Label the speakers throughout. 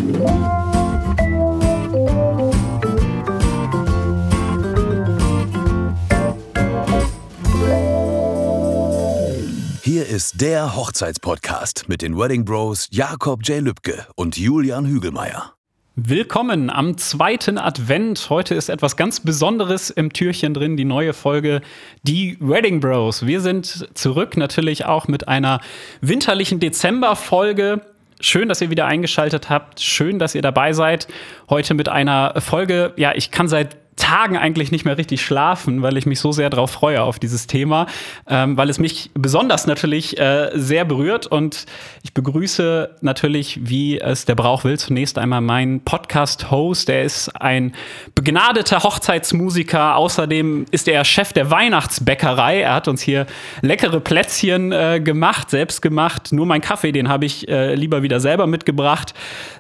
Speaker 1: Hier ist der Hochzeitspodcast mit den Wedding Bros Jakob J. Lübke und Julian Hügelmeier.
Speaker 2: Willkommen am zweiten Advent. Heute ist etwas ganz Besonderes im Türchen drin, die neue Folge, die Wedding Bros. Wir sind zurück, natürlich auch mit einer winterlichen Dezember-Folge. Schön, dass ihr wieder eingeschaltet habt. Schön, dass ihr dabei seid. Heute mit einer Folge, ja, ich kann seit Tagen eigentlich nicht mehr richtig schlafen, weil ich mich so sehr darauf freue auf dieses Thema, weil es mich besonders natürlich sehr berührt. Und ich begrüße natürlich, wie es der Brauch will, zunächst einmal meinen Podcast-Host. Der ist ein begnadeter Hochzeitsmusiker. Außerdem ist er Chef der Weihnachtsbäckerei. Er hat uns hier leckere Plätzchen gemacht, selbst gemacht. Nur mein Kaffee, den habe ich lieber wieder selber mitgebracht.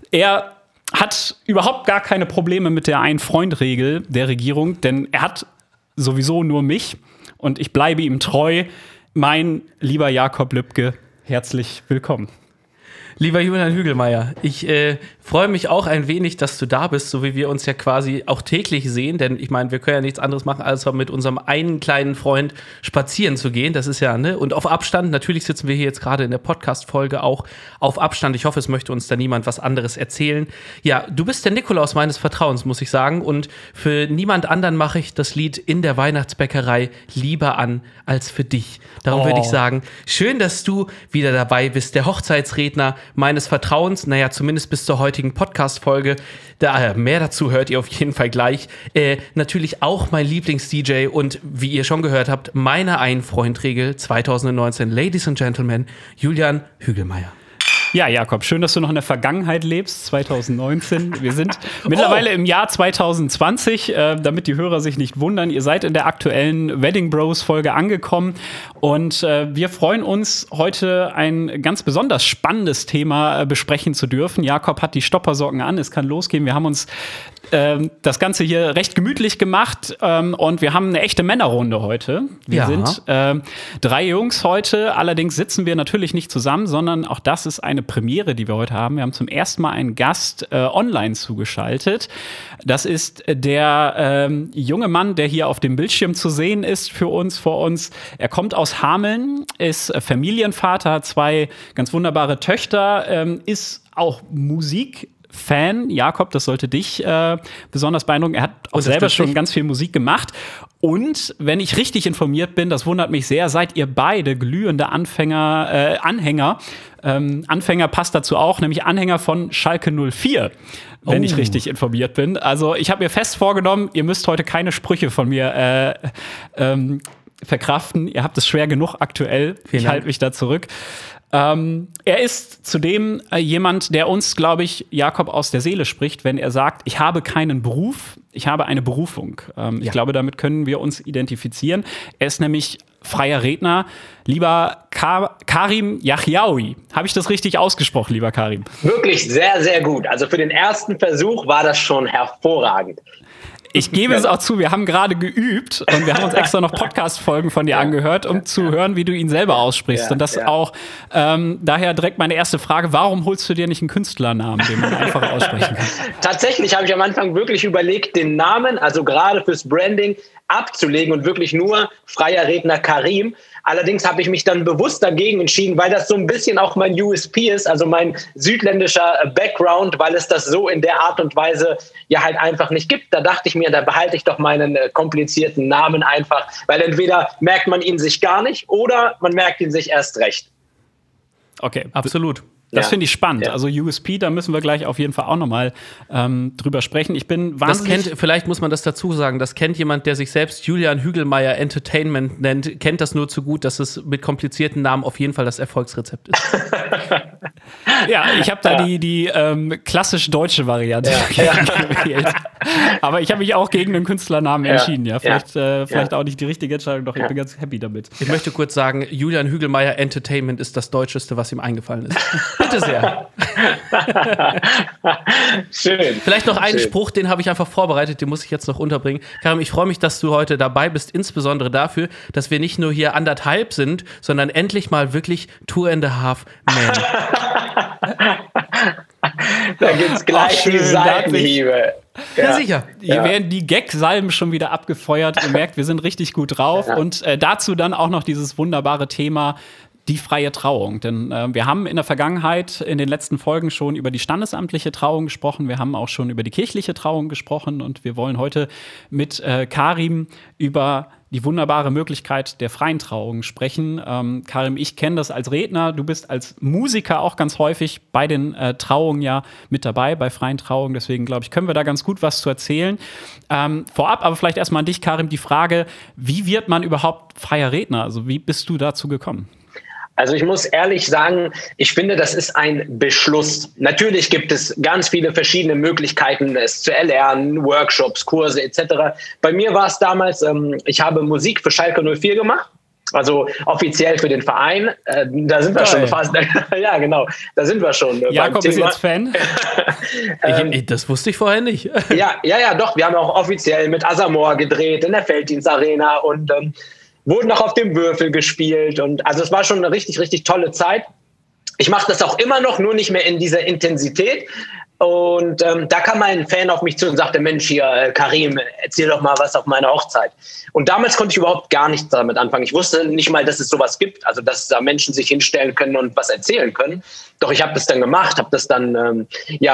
Speaker 2: Er hat überhaupt gar keine Probleme mit der Ein-Freund-Regel der Regierung, denn er hat sowieso nur mich und ich bleibe ihm treu. Mein lieber Jakob Lübke, herzlich willkommen.
Speaker 3: Lieber Julian Hügelmeier, ich freue mich auch ein wenig, dass du da bist, so wie wir uns ja quasi auch täglich sehen, denn ich meine, wir können ja nichts anderes machen, als mit unserem einen kleinen Freund spazieren zu gehen, das ist ja, ne, und auf Abstand, natürlich sitzen wir hier jetzt gerade in der Podcast-Folge auch auf Abstand, ich hoffe, es möchte uns da niemand was anderes erzählen. Ja, du bist der Nikolaus meines Vertrauens, muss ich sagen, und für niemand anderen mache ich das Lied In der Weihnachtsbäckerei lieber an als für dich. Darum würde ich sagen, schön, dass du wieder dabei bist, der Hochzeitsredner meines Vertrauens, naja, zumindest bis zur heutigen Podcast-Folge. Mehr dazu hört ihr auf jeden Fall gleich. Natürlich auch mein Lieblings-DJ und wie ihr schon gehört habt, meine Ein-Freund-Regel 2019. Ladies and Gentlemen, Julian Hügelmeier.
Speaker 2: Ja, Jakob, schön, dass du noch in der Vergangenheit lebst, 2019. Wir sind mittlerweile im Jahr 2020, damit die Hörer sich nicht wundern. Ihr seid in der aktuellen Wedding Bros Folge angekommen und wir freuen uns, heute ein ganz besonders spannendes Thema besprechen zu dürfen. Jakob hat die Stoppersocken an, es kann losgehen. Wir haben uns das Ganze hier recht gemütlich gemacht und wir haben eine echte Männerrunde heute. Wir sind 3 Jungs heute, allerdings sitzen wir natürlich nicht zusammen, sondern auch das ist eine Premiere, die wir heute haben. Wir haben zum ersten Mal einen Gast online zugeschaltet. Das ist der junge Mann, der hier auf dem Bildschirm zu sehen ist vor uns. Er kommt aus Hameln, ist Familienvater, hat 2 ganz wunderbare Töchter, ist auch Musikfan. Jakob, das sollte dich besonders beeindrucken. Er hat auch selber schon ganz viel Musik gemacht. Und wenn ich richtig informiert bin, das wundert mich sehr, seid ihr beide glühende Anhänger passt dazu auch, nämlich Anhänger von Schalke 04, wenn ich richtig informiert bin. Also ich habe mir fest vorgenommen, ihr müsst heute keine Sprüche von mir verkraften. Ihr habt es schwer genug aktuell. Ich halte mich da zurück. Er ist zudem jemand, der uns, glaube ich, Jakob, aus der Seele spricht, wenn er sagt, ich habe keinen Beruf, ich habe eine Berufung. Ich glaube, damit können wir uns identifizieren. Er ist nämlich freier Redner. Lieber Karim Yahyaoui. Habe ich das richtig ausgesprochen, lieber Karim?
Speaker 4: Wirklich sehr, sehr gut. Also für den ersten Versuch war das schon hervorragend.
Speaker 2: Ich gebe es auch zu, wir haben gerade geübt und wir haben uns extra noch Podcast-Folgen von dir angehört, um zu hören, wie du ihn selber aussprichst. Und das auch, daher direkt meine erste Frage, warum holst du dir nicht einen Künstlernamen, den man einfach aussprechen kann?
Speaker 4: Tatsächlich habe ich am Anfang wirklich überlegt, den Namen, also gerade fürs Branding, abzulegen und wirklich nur freier Redner Karim. Allerdings habe ich mich dann bewusst dagegen entschieden, weil das so ein bisschen auch mein USP ist, also mein südländischer Background, weil es das so in der Art und Weise ja halt einfach nicht gibt. Da dachte ich mir, da behalte ich doch meinen komplizierten Namen einfach, weil entweder merkt man ihn sich gar nicht oder man merkt ihn sich erst recht.
Speaker 2: Okay, absolut. Das finde ich spannend. Ja. Also USP, da müssen wir gleich auf jeden Fall auch nochmal drüber sprechen. Ich bin wahnsinnig...
Speaker 3: Vielleicht muss man das dazu sagen, das kennt jemand, der sich selbst Julian Hügelmeier Entertainment nennt, kennt das nur zu gut, dass es mit komplizierten Namen auf jeden Fall das Erfolgsrezept ist.
Speaker 2: Ja, ich habe da die klassisch deutsche Variante gewählt. Aber ich habe mich auch gegen den Künstlernamen entschieden. Ja, vielleicht auch nicht die richtige Entscheidung, doch ich bin ganz happy damit.
Speaker 3: Ich möchte kurz sagen, Julian Hügelmeier Entertainment ist das Deutscheste, was ihm eingefallen ist. Bitte sehr.
Speaker 4: Schön.
Speaker 3: Vielleicht noch einen Spruch, den habe ich einfach vorbereitet, den muss ich jetzt noch unterbringen. Karim, ich freue mich, dass du heute dabei bist, insbesondere dafür, dass wir nicht nur hier 1,5 sind, sondern endlich mal wirklich 2,5 Men.
Speaker 4: Da gibt's gleich die Seitenhiebe.
Speaker 3: Ja, sicher.
Speaker 2: Hier werden die Gag-Salben schon wieder abgefeuert. Ihr merkt, wir sind richtig gut drauf. Ja. Und dazu dann auch noch dieses wunderbare Thema, die freie Trauung. Denn wir haben in der Vergangenheit in den letzten Folgen schon über die standesamtliche Trauung gesprochen. Wir haben auch schon über die kirchliche Trauung gesprochen. Und wir wollen heute mit Karim über die wunderbare Möglichkeit der freien Trauung sprechen. Karim, ich kenne das als Redner. Du bist als Musiker auch ganz häufig bei den Trauungen ja mit dabei, bei freien Trauungen. Deswegen, glaube ich, können wir da ganz gut was zu erzählen. Vorab aber vielleicht erstmal an dich, Karim, die Frage, wie wird man überhaupt freier Redner? Also wie bist du dazu gekommen?
Speaker 4: Also ich muss ehrlich sagen, ich finde, das ist ein Beschluss. Natürlich gibt es ganz viele verschiedene Möglichkeiten, es zu erlernen, Workshops, Kurse etc. Bei mir war es damals, ich habe Musik für Schalke 04 gemacht, also offiziell für den Verein. Da sind wir schon fast. Ja, genau, da sind wir schon.
Speaker 2: Jakob ist jetzt Fan?
Speaker 3: Das wusste ich vorher nicht.
Speaker 4: Ja, doch. Wir haben auch offiziell mit Asamoah gedreht in der Felddienstarena und wurden noch auf dem Würfel gespielt. Und also es war schon eine richtig, richtig tolle Zeit. Ich mache das auch immer noch, nur nicht mehr in dieser Intensität. Und da kam mal ein Fan auf mich zu und sagte, Mensch, hier, Karim, erzähl doch mal was auf meiner Hochzeit. Und damals konnte ich überhaupt gar nichts damit anfangen. Ich wusste nicht mal, dass es sowas gibt, also dass da Menschen sich hinstellen können und was erzählen können. Doch ich habe das dann gemacht, habe das dann,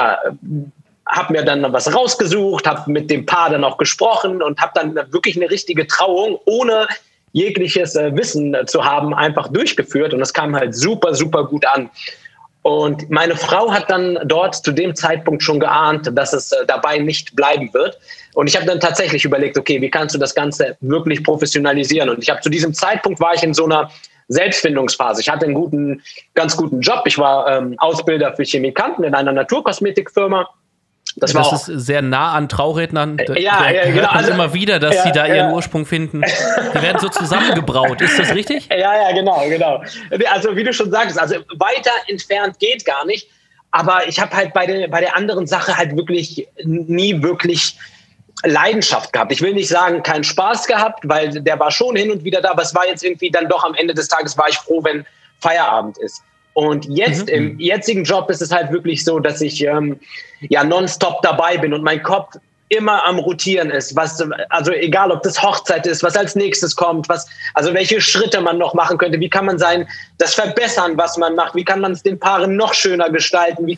Speaker 4: habe mir dann was rausgesucht, habe mit dem Paar dann auch gesprochen und habe dann wirklich eine richtige Trauung ohne jegliches Wissen zu haben, einfach durchgeführt. Und das kam halt super, super gut an. Und meine Frau hat dann dort zu dem Zeitpunkt schon geahnt, dass es dabei nicht bleiben wird. Und ich habe dann tatsächlich überlegt, okay, wie kannst du das Ganze wirklich professionalisieren? Und ich habe zu diesem Zeitpunkt war ich in so einer Selbstfindungsphase. Ich hatte einen ganz guten Job. Ich war Ausbilder für Chemikanten in einer Naturkosmetikfirma.
Speaker 3: Das ist sehr nah an Traurednern.
Speaker 4: Genau.
Speaker 3: Hört man immer wieder, dass sie da ihren Ursprung finden. Die werden so zusammengebraut. Ist das richtig?
Speaker 4: Ja, genau. Also wie du schon sagst, also weiter entfernt geht gar nicht. Aber ich habe halt bei der anderen Sache halt wirklich nie wirklich Leidenschaft gehabt. Ich will nicht sagen, keinen Spaß gehabt, weil der war schon hin und wieder da. Aber es war jetzt irgendwie dann doch am Ende des Tages war ich froh, wenn Feierabend ist. Und jetzt im jetzigen Job ist es halt wirklich so, dass ich nonstop dabei bin und mein Kopf immer am Rotieren ist. Also egal, ob das Hochzeit ist, was als nächstes kommt, also welche Schritte man noch machen könnte, wie kann man das verbessern, was man macht, wie kann man es den Paaren noch schöner gestalten,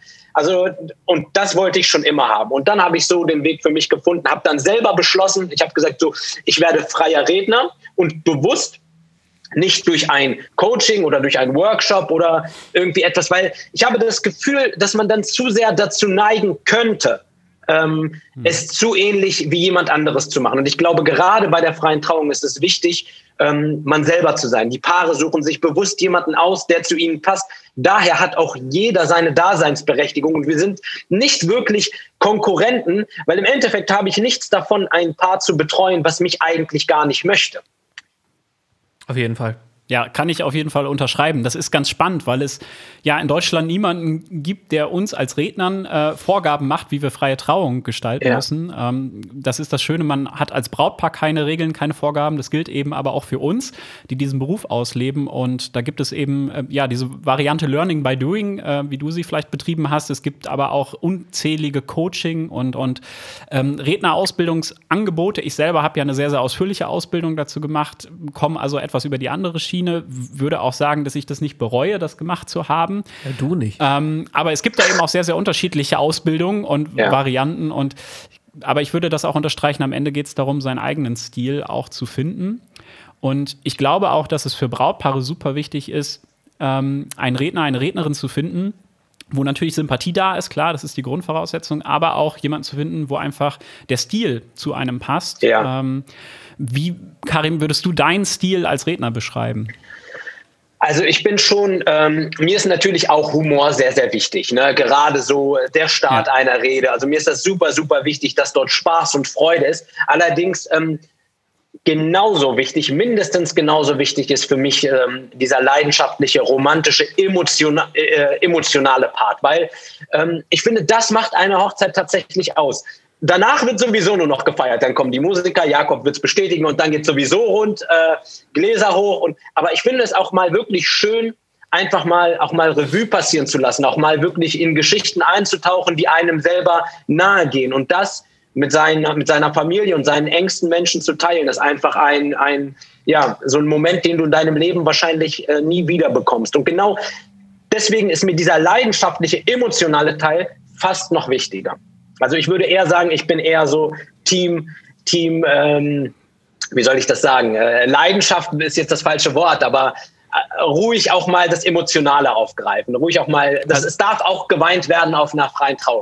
Speaker 4: und das wollte ich schon immer haben. Und dann habe ich so den Weg für mich gefunden, habe dann selber beschlossen, ich habe gesagt, so, ich werde freier Redner und bewusst nicht durch ein Coaching oder durch einen Workshop oder irgendwie etwas, weil ich habe das Gefühl, dass man dann zu sehr dazu neigen könnte, es zu ähnlich wie jemand anderes zu machen. Und ich glaube, gerade bei der freien Trauung ist es wichtig, man selber zu sein. Die Paare suchen sich bewusst jemanden aus, der zu ihnen passt. Daher hat auch jeder seine Daseinsberechtigung und wir sind nicht wirklich Konkurrenten, weil im Endeffekt habe ich nichts davon, ein Paar zu betreuen, was mich eigentlich gar nicht möchte.
Speaker 3: Auf jeden Fall.
Speaker 2: Ja, kann ich auf jeden Fall unterschreiben. Das ist ganz spannend, weil es ja in Deutschland niemanden gibt, der uns als Rednern Vorgaben macht, wie wir freie Trauung gestalten müssen. Das ist das Schöne, man hat als Brautpaar keine Regeln, keine Vorgaben. Das gilt eben aber auch für uns, die diesen Beruf ausleben. Und da gibt es eben diese Variante Learning by Doing, wie du sie vielleicht betrieben hast. Es gibt aber auch unzählige Coaching- und Rednerausbildungsangebote. Ich selber habe ja eine sehr, sehr ausführliche Ausbildung dazu gemacht, komme also etwas über die andere Schiene. Würde auch sagen, dass ich das nicht bereue, das gemacht zu haben.
Speaker 3: Ja, du nicht.
Speaker 2: Aber es gibt da eben auch sehr, sehr unterschiedliche Ausbildungen und Varianten. Aber ich würde das auch unterstreichen, am Ende geht es darum, seinen eigenen Stil auch zu finden. Und ich glaube auch, dass es für Brautpaare super wichtig ist, einen Redner, eine Rednerin zu finden, wo natürlich Sympathie da ist, klar, das ist die Grundvoraussetzung, aber auch jemanden zu finden, wo einfach der Stil zu einem passt. Ja. Wie, Karim, würdest du deinen Stil als Redner beschreiben?
Speaker 4: Also ich bin schon, mir ist natürlich auch Humor sehr, sehr wichtig, ne? Gerade so der Start einer Rede. Also mir ist das super, super wichtig, dass dort Spaß und Freude ist. Allerdings genauso wichtig, mindestens genauso wichtig ist für mich dieser leidenschaftliche, romantische, emotionale Part. Weil ich finde, das macht eine Hochzeit tatsächlich aus. Danach wird sowieso nur noch gefeiert. Dann kommen die Musiker, Jakob wird es bestätigen und dann geht sowieso rund, Gläser hoch. Aber ich finde es auch mal wirklich schön, einfach auch mal Revue passieren zu lassen, auch mal wirklich in Geschichten einzutauchen, die einem selber nahe gehen und das mit seiner Familie und seinen engsten Menschen zu teilen, ist einfach so ein Moment, den du in deinem Leben wahrscheinlich nie wieder bekommst. Und genau deswegen ist mir dieser leidenschaftliche, emotionale Teil fast noch wichtiger. Also ich würde eher sagen, ich bin eher so Team, wie soll ich das sagen? Leidenschaft ist jetzt das falsche Wort, aber ruhig auch mal das Emotionale aufgreifen. Ruhig auch mal, es darf auch geweint werden auf einer freien Trauung.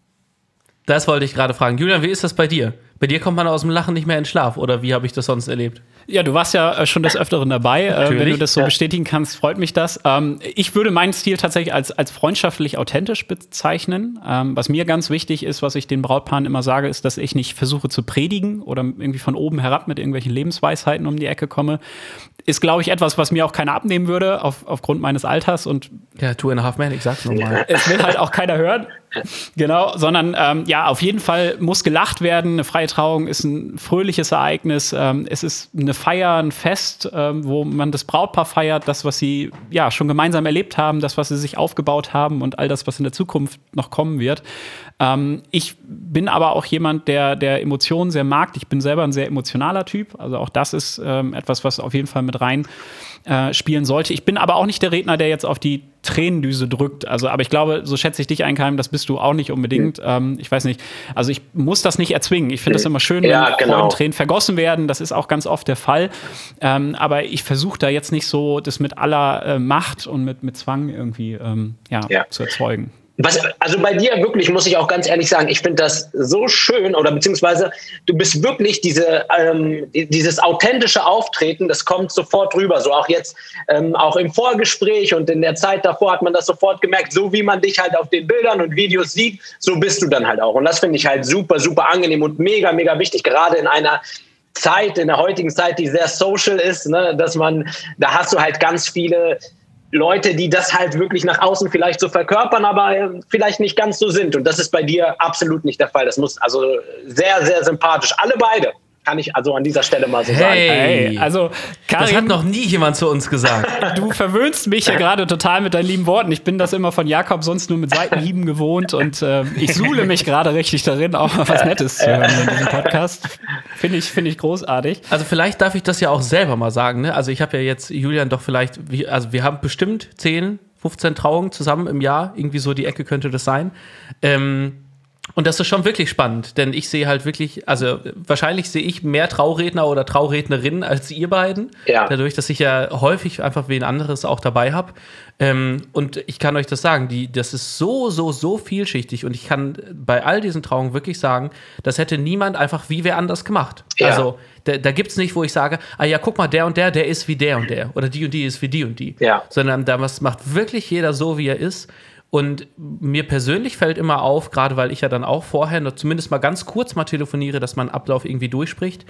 Speaker 3: Das wollte ich gerade fragen. Julian, wie ist das bei dir? Bei dir kommt man aus dem Lachen nicht mehr in Schlaf, oder wie habe ich das sonst erlebt?
Speaker 2: Ja, du warst ja schon des Öfteren dabei. Wenn du das so bestätigen kannst, freut mich das. Ich würde meinen Stil tatsächlich als freundschaftlich authentisch bezeichnen. Was mir ganz wichtig ist, was ich den Brautpaaren immer sage, ist, dass ich nicht versuche zu predigen oder irgendwie von oben herab mit irgendwelchen Lebensweisheiten um die Ecke komme. Ist, glaube ich, etwas, was mir auch keiner abnehmen würde, aufgrund meines Alters. Und
Speaker 3: ja, 2.5 Men, ich sag's nochmal.
Speaker 2: Es will halt auch keiner hören. Genau, sondern auf jeden Fall muss gelacht werden. Eine freie Trauung ist ein fröhliches Ereignis. Es ist eine Feier, ein Fest, wo man das Brautpaar feiert, das, was sie schon gemeinsam erlebt haben, das, was sie sich aufgebaut haben und all das, was in der Zukunft noch kommen wird. Ich bin aber auch jemand, der Emotionen sehr mag. Ich bin selber ein sehr emotionaler Typ. Also auch das ist etwas, was auf jeden Fall mit rein spielen sollte. Ich bin aber auch nicht der Redner, der jetzt auf die Tränendüse drückt. Also, aber ich glaube, so schätze ich dich ein, Keim, das bist du auch nicht unbedingt. Ich weiß nicht. Also ich muss das nicht erzwingen. Ich finde das immer schön, wenn Tränen vergossen werden. Das ist auch ganz oft der Fall. Aber ich versuche da jetzt nicht so, das mit aller Macht und mit Zwang irgendwie zu erzeugen.
Speaker 4: Also bei dir wirklich, muss ich auch ganz ehrlich sagen, ich finde das so schön oder beziehungsweise du bist wirklich dieses authentische Auftreten, das kommt sofort rüber. So auch jetzt, auch im Vorgespräch und in der Zeit davor hat man das sofort gemerkt, so wie man dich halt auf den Bildern und Videos sieht, so bist du dann halt auch. Und das finde ich halt super, super angenehm und mega, mega wichtig, gerade in einer Zeit, in der heutigen Zeit, die sehr social ist, ne, da hast du halt ganz viele Leute, die das halt wirklich nach außen vielleicht so verkörpern, aber vielleicht nicht ganz so sind. Und das ist bei dir absolut nicht der Fall. Das muss also sehr, sehr sympathisch. Alle beide. Kann ich also an dieser Stelle mal so sagen.
Speaker 2: Hey, also Karim,
Speaker 3: das hat noch nie jemand zu uns gesagt.
Speaker 2: Du verwöhnst mich ja gerade total mit deinen lieben Worten. Ich bin das immer von Jakob sonst nur mit Seitenhieben gewohnt und ich suhle mich gerade richtig darin, auch mal was Nettes zu hören in diesem Podcast. Finde ich großartig.
Speaker 3: Also vielleicht darf ich das ja auch selber mal sagen. Ne? Also ich habe ja jetzt Julian doch vielleicht, wir haben bestimmt 10, 15 Trauungen zusammen im Jahr. Irgendwie so die Ecke könnte das sein. Und das ist schon wirklich spannend, denn ich sehe halt wirklich, also wahrscheinlich sehe ich mehr Trauredner oder Traurednerinnen als ihr beiden, dadurch, dass ich ja häufig einfach wen anderes auch dabei habe. Und ich kann euch das sagen, das ist so vielschichtig und ich kann bei all diesen Trauungen wirklich sagen, das hätte niemand einfach wie wer anders gemacht. Ja. Also da gibt es nicht, wo ich sage, guck mal, der und der ist wie der und der oder die und die ist wie die und die. Ja. Sondern da macht wirklich jeder so, wie er ist. Und mir persönlich fällt immer auf, gerade weil ich ja dann auch vorher noch zumindest mal ganz kurz mal telefoniere, dass man Ablauf irgendwie durchspricht.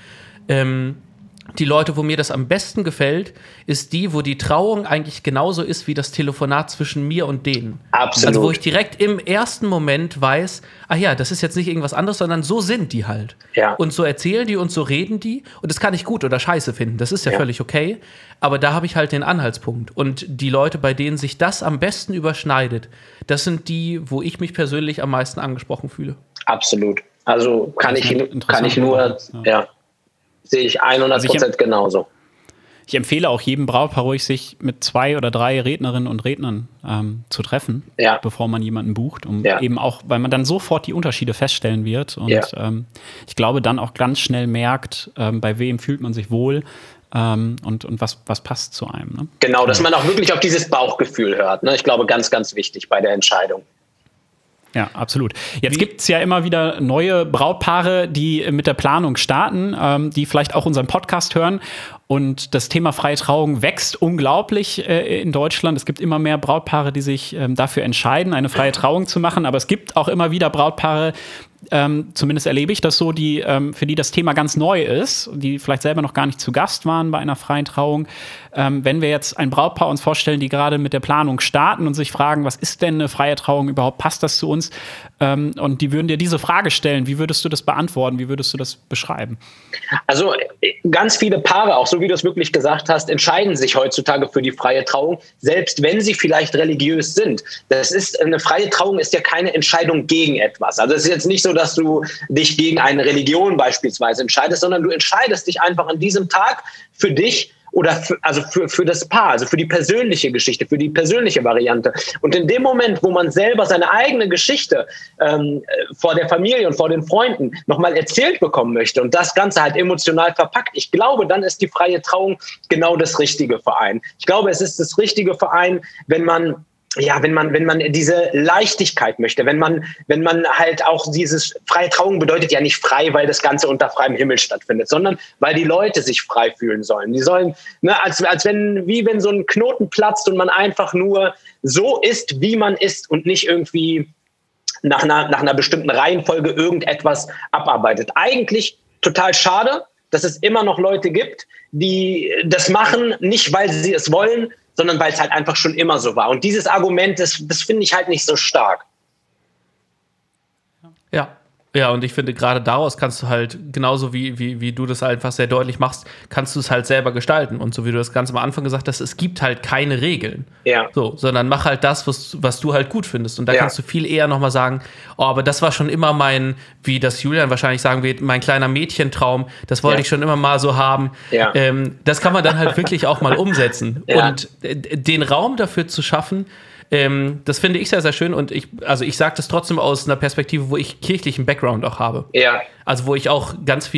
Speaker 3: Die Leute, wo mir das am besten gefällt, ist die, wo die Trauung eigentlich genauso ist wie das Telefonat zwischen mir und denen.
Speaker 4: Absolut.
Speaker 3: Also wo ich direkt im ersten Moment weiß, das ist jetzt nicht irgendwas anderes, sondern so sind die halt. Ja. Und so erzählen die und so reden die. Und das kann ich gut oder scheiße finden, das ist ja völlig okay. Aber da habe ich halt den Anhaltspunkt. Und die Leute, bei denen sich das am besten überschneidet, das sind die, wo ich mich persönlich am meisten angesprochen fühle.
Speaker 4: Absolut. Also kann ich nur, sehe ich 100% genauso.
Speaker 2: Ich empfehle auch jedem Brautpaar ruhig, sich mit 2 oder 3 Rednerinnen und Rednern zu treffen, bevor man jemanden bucht, eben auch, weil man dann sofort die Unterschiede feststellen wird und ich glaube dann auch ganz schnell merkt, bei wem fühlt man sich wohl und was passt zu einem. Ne?
Speaker 4: Genau, dass man auch wirklich auf dieses Bauchgefühl hört. Ne? Ich glaube, ganz, ganz wichtig bei der Entscheidung.
Speaker 2: Ja, absolut. Jetzt gibt es ja immer wieder neue Brautpaare, die mit der Planung starten, die vielleicht auch unseren Podcast hören. Und das Thema freie Trauung wächst unglaublich in Deutschland. Es gibt immer mehr Brautpaare, die sich dafür entscheiden, eine freie Trauung zu machen. Aber es gibt auch immer wieder Brautpaare, zumindest erlebe ich das so, für die das Thema ganz neu ist, die vielleicht selber noch gar nicht zu Gast waren bei einer freien Trauung. Wenn wir jetzt ein Brautpaar uns vorstellen, die gerade mit der Planung starten und sich fragen, was ist denn eine freie Trauung überhaupt, passt das zu uns? Und die würden dir diese Frage stellen, wie würdest du das beantworten, wie würdest du das beschreiben?
Speaker 4: Also ganz viele Paare, auch so wie du es wirklich gesagt hast, entscheiden sich heutzutage für die freie Trauung, selbst wenn sie vielleicht religiös sind. Eine freie Trauung ist ja keine Entscheidung gegen etwas. Also es ist jetzt nicht so, dass du dich gegen eine Religion beispielsweise entscheidest, sondern du entscheidest dich einfach an diesem Tag für dich oder für das Paar, also für die persönliche Geschichte, für die persönliche Variante. Und in dem Moment, wo man selber seine eigene Geschichte vor der Familie und vor den Freunden nochmal erzählt bekommen möchte und das Ganze halt emotional verpackt, ich glaube, dann ist die freie Trauung genau das Richtige für einen. Ich glaube, es ist das Richtige für einen, wenn man diese Leichtigkeit möchte, wenn man halt auch freie Trauung bedeutet ja nicht frei, weil das Ganze unter freiem Himmel stattfindet, sondern weil die Leute sich frei fühlen sollen. Die sollen, als wenn so ein Knoten platzt und man einfach nur so ist, wie man ist und nicht irgendwie nach einer bestimmten Reihenfolge irgendetwas abarbeitet. Eigentlich total schade, dass es immer noch Leute gibt, die das machen, nicht weil sie es wollen, sondern weil es halt einfach schon immer so war. Und dieses Argument, das finde ich halt nicht so stark.
Speaker 3: Ja, und ich finde, gerade daraus kannst du halt, genauso wie du das einfach sehr deutlich machst, kannst du es halt selber gestalten. Und so wie du das ganz am Anfang gesagt hast, es gibt halt keine Regeln. Ja. So, sondern mach halt das, was du halt gut findest. Und da kannst du viel eher nochmal sagen, oh, aber das war schon immer wie das Julian wahrscheinlich sagen wird, mein kleiner Mädchentraum, das wollte ich schon immer mal so haben. Ja. Das kann man dann halt wirklich auch mal umsetzen. Ja. Und den Raum dafür zu schaffen, das finde ich sehr, sehr schön und ich sage das trotzdem aus einer Perspektive, wo ich kirchlichen Background auch habe. Ja. Also wo ich auch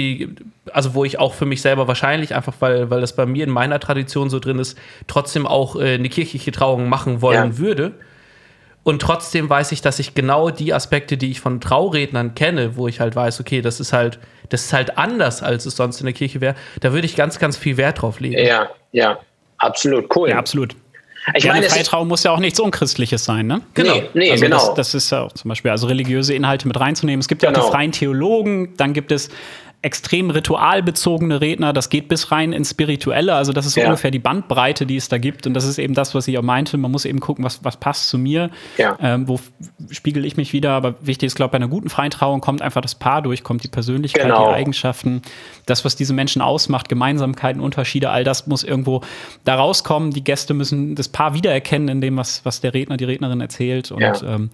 Speaker 3: wo ich auch für mich selber wahrscheinlich, einfach weil das bei mir in meiner Tradition so drin ist, trotzdem auch eine kirchliche Trauung machen wollen würde. Und trotzdem weiß ich, dass ich genau die Aspekte, die ich von Traurednern kenne, wo ich halt weiß, okay, das ist halt anders, als es sonst in der Kirche wäre, da würde ich ganz, ganz viel Wert drauf legen.
Speaker 4: Ja, absolut, cool.
Speaker 2: Ja, absolut. Ich meine, eine freie Trauung muss ja auch nichts Unchristliches sein, ne?
Speaker 4: Genau. Nee,
Speaker 2: also
Speaker 4: genau.
Speaker 2: Das ist ja auch zum Beispiel, also religiöse Inhalte mit reinzunehmen. Es gibt ja auch die freien Theologen, dann gibt es extrem ritualbezogene Redner, das geht bis rein ins Spirituelle, also das ist so ungefähr die Bandbreite, die es da gibt und das ist eben das, was ich auch meinte, man muss eben gucken, was passt zu mir, wo spiegel ich mich wieder, aber wichtig ist, glaube ich, bei einer guten freien Trauung kommt einfach das Paar durch, kommt die Persönlichkeit, die Eigenschaften, das, was diese Menschen ausmacht, Gemeinsamkeiten, Unterschiede, all das muss irgendwo da rauskommen, die Gäste müssen das Paar wiedererkennen in dem, was der Redner, die Rednerin erzählt und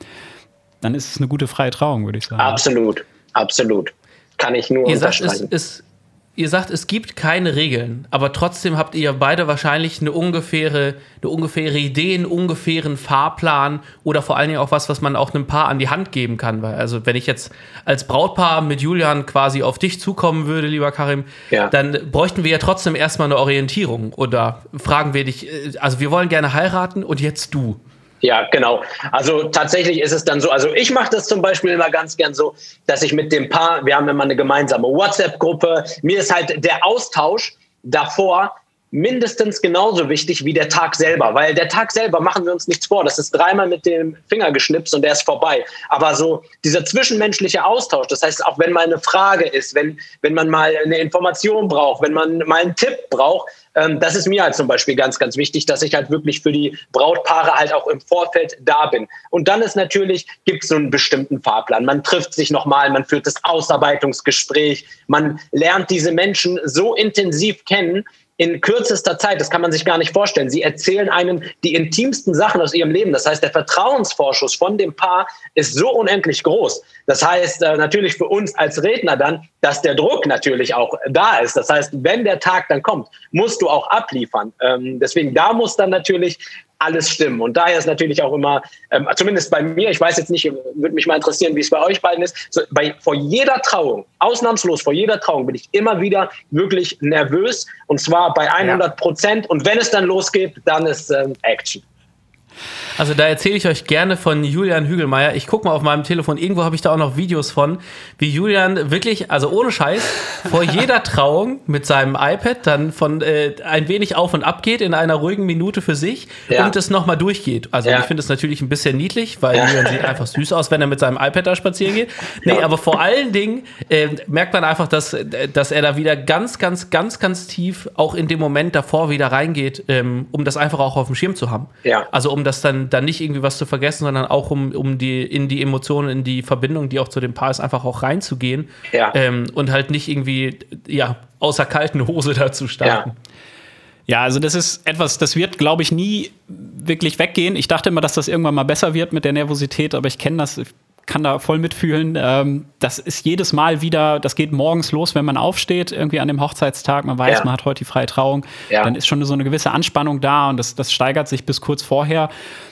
Speaker 2: dann ist es eine gute freie Trauung, würde ich sagen.
Speaker 4: Absolut. Kann ich nur unterstreichen.
Speaker 3: Ihr sagt, es gibt keine Regeln, aber trotzdem habt ihr beide wahrscheinlich eine ungefähre Idee, einen ungefähren Fahrplan oder vor allen Dingen auch was man auch einem Paar an die Hand geben kann. Weil, also wenn ich jetzt als Brautpaar mit Julian quasi auf dich zukommen würde, lieber Karim, dann bräuchten wir ja trotzdem erstmal eine Orientierung oder fragen wir dich, also wir wollen gerne heiraten und jetzt du.
Speaker 4: Ja, genau. Also tatsächlich ist es dann so, also ich mache das zum Beispiel immer ganz gern so, dass ich mit dem Paar, wir haben immer eine gemeinsame WhatsApp-Gruppe, mir ist halt der Austausch davor mindestens genauso wichtig wie der Tag selber, weil der Tag selber, machen wir uns nichts vor, das ist dreimal mit dem Finger geschnipst und der ist vorbei. Aber so dieser zwischenmenschliche Austausch, das heißt, auch wenn mal eine Frage ist, wenn man mal eine Information braucht, wenn man mal einen Tipp braucht, das ist mir halt zum Beispiel ganz, ganz wichtig, dass ich halt wirklich für die Brautpaare halt auch im Vorfeld da bin. Und dann ist natürlich, gibt es so einen bestimmten Fahrplan. Man trifft sich nochmal, man führt das Ausarbeitungsgespräch, man lernt diese Menschen so intensiv kennen, in kürzester Zeit, das kann man sich gar nicht vorstellen. Sie erzählen einem die intimsten Sachen aus ihrem Leben. Das heißt, der Vertrauensvorschuss von dem Paar ist so unendlich groß. Das heißt natürlich für uns als Redner dann, dass der Druck natürlich auch da ist. Das heißt, wenn der Tag dann kommt, musst du auch abliefern. Deswegen, da muss dann natürlich alles stimmen. Und daher ist natürlich auch immer, zumindest bei mir, ich weiß jetzt nicht, würde mich mal interessieren, wie es bei euch beiden ist, vor jeder Trauung, ausnahmslos vor jeder Trauung bin ich immer wieder wirklich nervös und zwar bei 100%. Und wenn es dann losgeht, dann ist Action.
Speaker 3: Also da erzähle ich euch gerne von Julian Hügelmeier. Ich gucke mal auf meinem Telefon, irgendwo habe ich da auch noch Videos von, wie Julian wirklich, also ohne Scheiß, vor jeder Trauung mit seinem iPad dann von ein wenig auf und ab geht in einer ruhigen Minute für sich und es nochmal durchgeht. Also ich finde es natürlich ein bisschen niedlich, weil Julian sieht einfach süß aus, wenn er mit seinem iPad da spazieren geht. Nee, aber vor allen Dingen merkt man einfach, dass er da wieder ganz, ganz, ganz, ganz tief auch in dem Moment davor wieder reingeht, um das einfach auch auf dem Schirm zu haben. Ja. Also um das dann nicht irgendwie was zu vergessen, sondern auch um in die Emotionen, in die Verbindung, die auch zu dem Paar ist, einfach auch reinzugehen und halt nicht irgendwie außer kalten Hose dazu starten.
Speaker 2: Ja, also das ist etwas, das wird, glaube ich, nie wirklich weggehen. Ich dachte immer, dass das irgendwann mal besser wird mit der Nervosität, aber ich kenne das, kann da voll mitfühlen. Das ist jedes Mal wieder, das geht morgens los, wenn man aufsteht, irgendwie an dem Hochzeitstag, man weiß, man hat heute die freie Trauung, dann ist schon so eine gewisse Anspannung da und das steigert sich bis kurz vorher.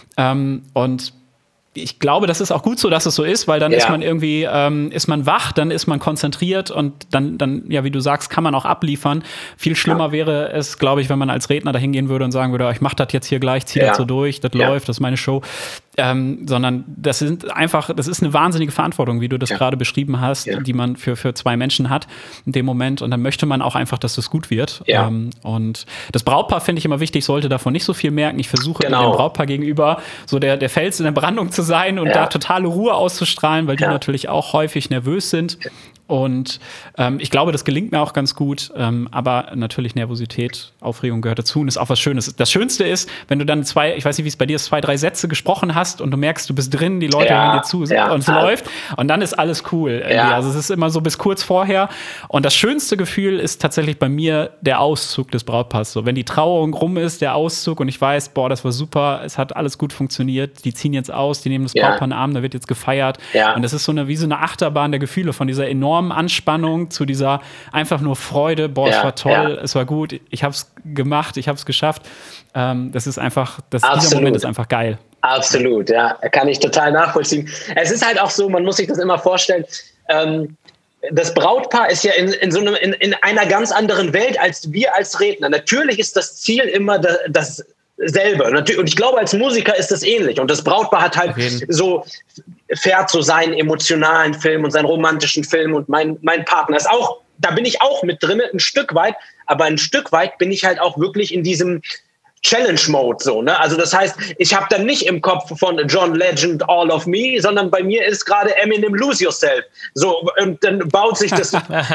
Speaker 2: Und ich glaube, das ist auch gut so, dass es so ist, weil dann ist man irgendwie, ist man wach, dann ist man konzentriert und dann, ja, wie du sagst, kann man auch abliefern. Viel schlimmer wäre es, glaube ich, wenn man als Redner da hingehen würde und sagen würde, ich mach das jetzt hier gleich, zieh das so durch, das läuft, das ist meine Show. Sondern das ist eine wahnsinnige Verantwortung, wie du das gerade beschrieben hast, die man für zwei Menschen hat in dem Moment. Und dann möchte man auch einfach, dass das gut wird. Und das Brautpaar finde ich immer wichtig, sollte davon nicht so viel merken. Ich versuche dem Brautpaar gegenüber so der Fels in der Brandung zu sein und da totale Ruhe auszustrahlen, weil die natürlich auch häufig nervös sind. Und ich glaube, das gelingt mir auch ganz gut. Aber natürlich Nervosität, Aufregung gehört dazu und ist auch was Schönes. Das Schönste ist, wenn du dann ich weiß nicht, wie es bei dir ist, 2, 3 Sätze gesprochen hast und du merkst, du bist drin, die Leute hören dir zu und es läuft. Und dann ist alles cool. Also es ist immer so bis kurz vorher. Und das schönste Gefühl ist tatsächlich bei mir der Auszug des Brautpaars. So, wenn die Trauung rum ist, der Auszug und ich weiß, das war super, es hat alles gut funktioniert. Die ziehen jetzt aus, die nehmen das Brautpaar in den Arm, da wird jetzt gefeiert. Und das ist wie so eine Achterbahn der Gefühle von dieser enormen Anspannung zu dieser einfach nur Freude. Es war toll, es war gut, ich habe es gemacht, ich habe es geschafft. Das ist einfach, dieser Moment ist einfach geil.
Speaker 4: Absolut, ja, kann ich total nachvollziehen. Es ist halt auch so, man muss sich das immer vorstellen, das Brautpaar ist ja in einer ganz anderen Welt als wir als Redner. Natürlich ist das Ziel immer dasselbe. Und ich glaube, als Musiker ist das ähnlich. Und das Brautpaar hat halt fährt so seinen emotionalen Film und seinen romantischen Film. Und mein Partner ist auch, da bin ich auch mit drin, ein Stück weit. Aber ein Stück weit bin ich halt auch wirklich in diesem Challenge-Mode so, ne? Also das heißt, ich habe dann nicht im Kopf von John Legend All of Me, sondern bei mir ist gerade Eminem Lose Yourself. So, und dann baut sich das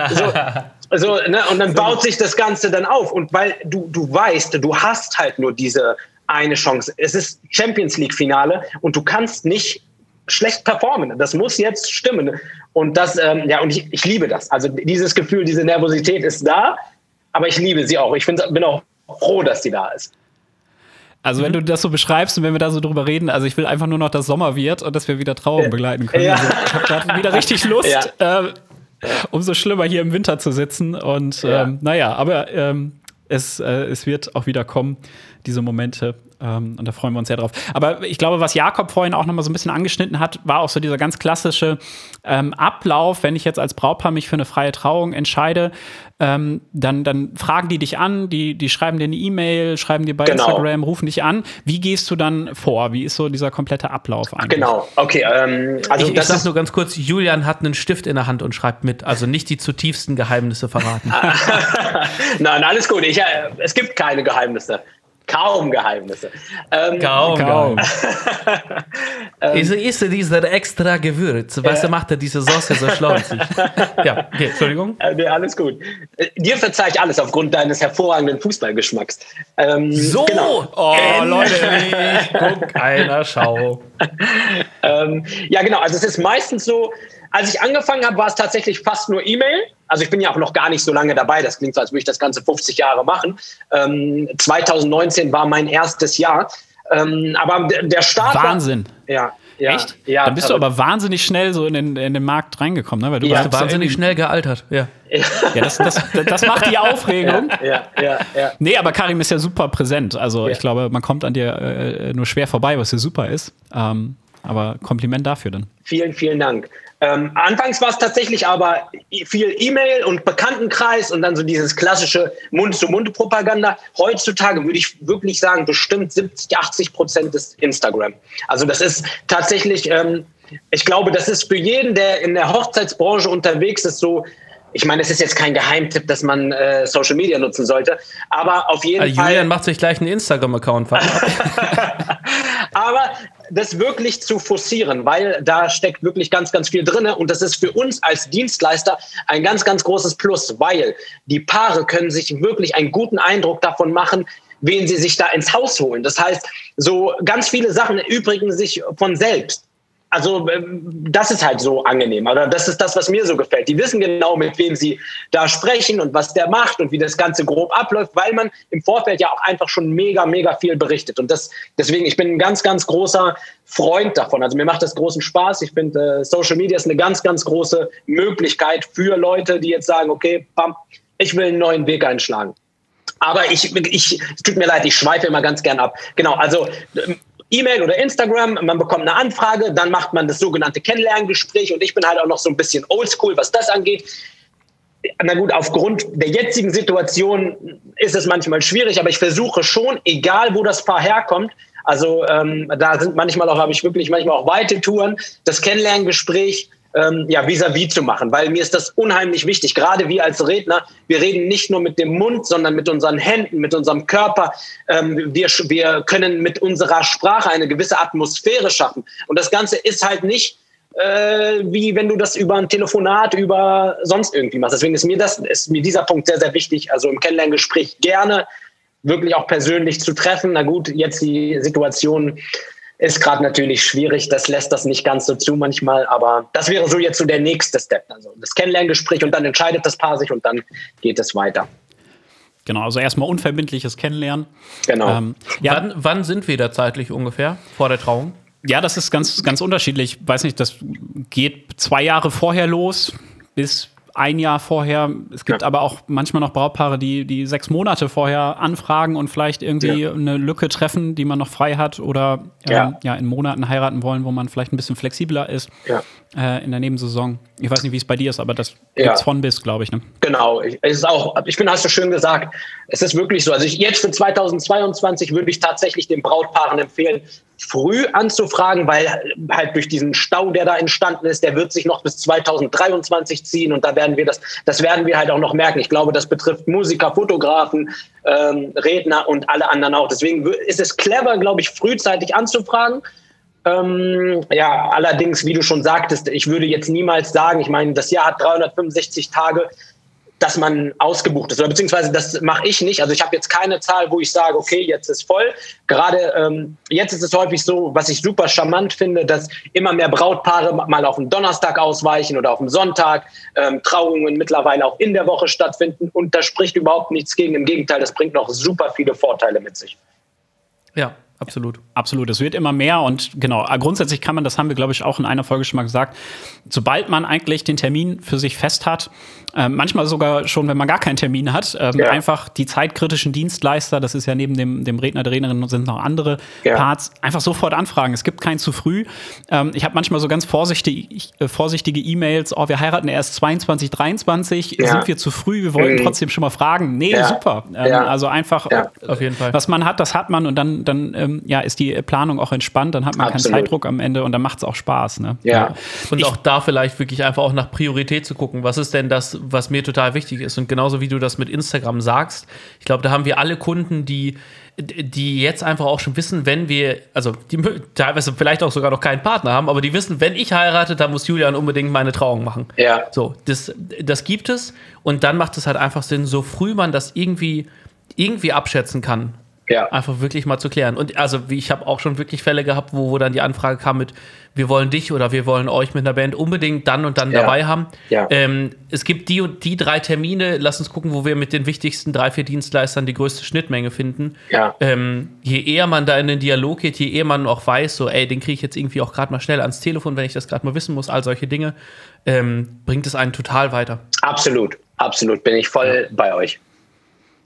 Speaker 4: und dann baut sich das Ganze dann auf. Und weil du weißt, du hast halt nur diese eine Chance. Es ist Champions League-Finale und du kannst nicht schlecht performen. Das muss jetzt stimmen. Und das, und ich liebe das. Also dieses Gefühl, diese Nervosität ist da, aber ich liebe sie auch. Ich bin auch froh, dass sie da ist.
Speaker 2: Also wenn du das so beschreibst und wenn wir da so drüber reden, also ich will einfach nur noch, dass Sommer wird und dass wir wieder Trauung begleiten können. Also ich habe gerade wieder richtig Lust, umso schlimmer hier im Winter zu sitzen. Und aber es wird auch wieder kommen, diese Momente. Und da freuen wir uns sehr drauf. Aber ich glaube, was Jakob vorhin auch noch mal so ein bisschen angeschnitten hat, war auch so dieser ganz klassische Ablauf. Wenn ich jetzt als Brautpaar mich für eine freie Trauung entscheide, dann fragen die dich an, die schreiben dir eine E-Mail, schreiben dir bei Instagram, rufen dich an. Wie gehst du dann vor? Wie ist so dieser komplette Ablauf eigentlich?
Speaker 4: Genau, okay. Also
Speaker 3: ich sag nur ganz kurz, Julian hat einen Stift in der Hand und schreibt mit. Also nicht die zutiefsten Geheimnisse verraten.
Speaker 4: Nein, alles gut. Es gibt keine Geheimnisse. Kaum Geheimnisse.
Speaker 3: Kaum. Ist dieser extra Gewürz? Was macht diese Soße so schlauzig? Ja, okay, Entschuldigung.
Speaker 4: Nee, alles gut. Dir verzeih ich alles aufgrund deines hervorragenden Fußballgeschmacks.
Speaker 3: Genau. Oh, Leute, ich guck einer Schau.
Speaker 4: Ja, genau. Also es ist meistens so, als ich angefangen habe, war es tatsächlich fast nur E-Mail. Also ich bin ja auch noch gar nicht so lange dabei. Das klingt so, als würde ich das Ganze 50 Jahre machen. 2019 war mein erstes Jahr. Aber der Start
Speaker 2: Wahnsinn.
Speaker 4: Ja.
Speaker 2: Echt? Ja. Dann bist du aber wahnsinnig schnell so in den Markt reingekommen, ne? Weil du
Speaker 3: bist wahnsinnig schnell gealtert. Ja,
Speaker 2: das macht die Aufregung.
Speaker 4: Ja.
Speaker 2: Nee, aber Karim ist ja super präsent. Also ich glaube, man kommt an dir nur schwer vorbei, was ja super ist. Aber Kompliment dafür dann.
Speaker 4: Vielen, vielen Dank. Anfangs war es tatsächlich aber viel E-Mail und Bekanntenkreis und dann so dieses klassische Mund-zu-Mund-Propaganda. Heutzutage würde ich wirklich sagen, bestimmt 70-80% ist Instagram. Also das ist tatsächlich, ich glaube, das ist für jeden, der in der Hochzeitsbranche unterwegs ist, so. Ich meine, es ist jetzt kein Geheimtipp, dass man Social Media nutzen sollte, aber auf jeden Fall.
Speaker 3: Julian macht sich gleich einen Instagram-Account.
Speaker 4: Aber das wirklich zu forcieren, weil da steckt wirklich ganz, ganz viel drin. Und das ist für uns als Dienstleister ein ganz, ganz großes Plus, weil die Paare können sich wirklich einen guten Eindruck davon machen, wen sie sich da ins Haus holen. Das heißt, so ganz viele Sachen erübrigen sich von selbst. Also das ist halt so angenehm. Oder das ist das, was mir so gefällt. Die wissen genau, mit wem sie da sprechen und was der macht und wie das Ganze grob abläuft, weil man im Vorfeld ja auch einfach schon mega, mega viel berichtet. Und deswegen, ich bin ein ganz, ganz großer Freund davon. Also mir macht das großen Spaß. Ich finde, Social Media ist eine ganz, ganz große Möglichkeit für Leute, die jetzt sagen, okay, bam, ich will einen neuen Weg einschlagen. Aber es tut mir leid, ich schweife immer ganz gern ab. Genau, also E-Mail oder Instagram, man bekommt eine Anfrage, dann macht man das sogenannte Kennenlerngespräch und ich bin halt auch noch so ein bisschen oldschool, was das angeht. Na gut, aufgrund der jetzigen Situation ist es manchmal schwierig, aber ich versuche schon, egal wo das Paar herkommt, also da sind habe ich wirklich manchmal auch weite Touren, das Kennenlerngespräch vis-à-vis zu machen, weil mir ist das unheimlich wichtig. Gerade wir als Redner, wir reden nicht nur mit dem Mund, sondern mit unseren Händen, mit unserem Körper. Wir können mit unserer Sprache eine gewisse Atmosphäre schaffen. Und das Ganze ist halt nicht wie wenn du das über ein Telefonat, über sonst irgendwie machst. Deswegen ist mir dieser Punkt sehr, sehr wichtig. Also im Kennenlerngespräch gerne wirklich auch persönlich zu treffen. Na gut, jetzt die Situation ist gerade natürlich schwierig, das lässt das nicht ganz so zu manchmal, aber das wäre so jetzt so der nächste Step. Also das Kennenlerngespräch und dann entscheidet das Paar sich und dann geht es weiter.
Speaker 2: Genau, also erstmal unverbindliches Kennenlernen.
Speaker 4: Genau.
Speaker 3: Wann sind wir da zeitlich ungefähr vor der Trauung?
Speaker 2: Ja, das ist ganz, ganz unterschiedlich. Ich weiß nicht, das geht 2 Jahre vorher los bis 1 Jahr vorher. Es gibt aber auch manchmal noch Brautpaare, die 6 Monate vorher anfragen und vielleicht irgendwie eine Lücke treffen, die man noch frei hat oder in Monaten heiraten wollen, wo man vielleicht ein bisschen flexibler ist in der Nebensaison. Ich weiß nicht, wie es bei dir ist, aber das gibt's von bis, glaube ich. Ne?
Speaker 4: Genau. Ich finde, hast du schön gesagt, es ist wirklich so. Also jetzt für 2022 würde ich tatsächlich den Brautpaaren empfehlen, früh anzufragen, weil halt durch diesen Stau, der da entstanden ist, der wird sich noch bis 2023 ziehen und da werden wir das werden wir halt auch noch merken. Ich glaube, das betrifft Musiker, Fotografen, Redner und alle anderen auch. Deswegen ist es clever, glaube ich, frühzeitig anzufragen. Allerdings, wie du schon sagtest, ich würde jetzt niemals sagen, ich meine, das Jahr hat 365 Tage, dass man ausgebucht ist. Oder beziehungsweise das mache ich nicht. Also ich habe jetzt keine Zahl, wo ich sage, okay, jetzt ist voll. Gerade jetzt ist es häufig so, was ich super charmant finde, dass immer mehr Brautpaare mal auf den Donnerstag ausweichen oder auf den Sonntag. Trauungen mittlerweile auch in der Woche stattfinden. Und da spricht überhaupt nichts gegen. Im Gegenteil, das bringt noch super viele Vorteile mit sich.
Speaker 3: Ja. Absolut.
Speaker 2: Absolut. Es wird immer mehr und genau, grundsätzlich kann man, das haben wir, glaube ich, auch in einer Folge schon mal gesagt, sobald man eigentlich den Termin für sich fest hat, manchmal sogar schon, wenn man gar keinen Termin hat, einfach die zeitkritischen Dienstleister, das ist ja neben dem Redner, der Rednerin sind noch andere Parts, einfach sofort anfragen. Es gibt kein zu früh. Ich habe manchmal so ganz vorsichtige E-Mails, wir heiraten erst 22, 23, sind wir zu früh, wir wollten trotzdem schon mal fragen. Nee, super. Also einfach,
Speaker 3: auf jeden Fall.
Speaker 2: Was man hat, das hat man und dann ist die Planung auch entspannt, dann hat man keinen Zeitdruck am Ende und dann macht es auch Spaß. Ne?
Speaker 3: Ja. Und auch da vielleicht wirklich einfach auch nach Priorität zu gucken, was ist denn das, was mir total wichtig ist. Und genauso wie du das mit Instagram sagst, ich glaube, da haben wir alle Kunden, die jetzt einfach auch schon wissen, wenn wir, also die teilweise vielleicht auch sogar noch keinen Partner haben, aber die wissen, wenn ich heirate, dann muss Julian unbedingt meine Trauung machen. Ja. So, das gibt es und dann macht es halt einfach Sinn, so früh man das irgendwie abschätzen kann, einfach wirklich mal zu klären. Und also ich habe auch schon wirklich Fälle gehabt, wo dann die Anfrage kam mit, wir wollen dich oder wir wollen euch mit einer Band unbedingt dann und dann dabei haben. Ja. Es gibt die und die 3 Termine, lass uns gucken, wo wir mit den wichtigsten 3, 4 Dienstleistern die größte Schnittmenge finden. Ja. Je eher man da in den Dialog geht, je eher man auch weiß, so den kriege ich jetzt irgendwie auch gerade mal schnell ans Telefon, wenn ich das gerade mal wissen muss, all solche Dinge, bringt es einen total weiter.
Speaker 4: Absolut, bin ich voll bei euch.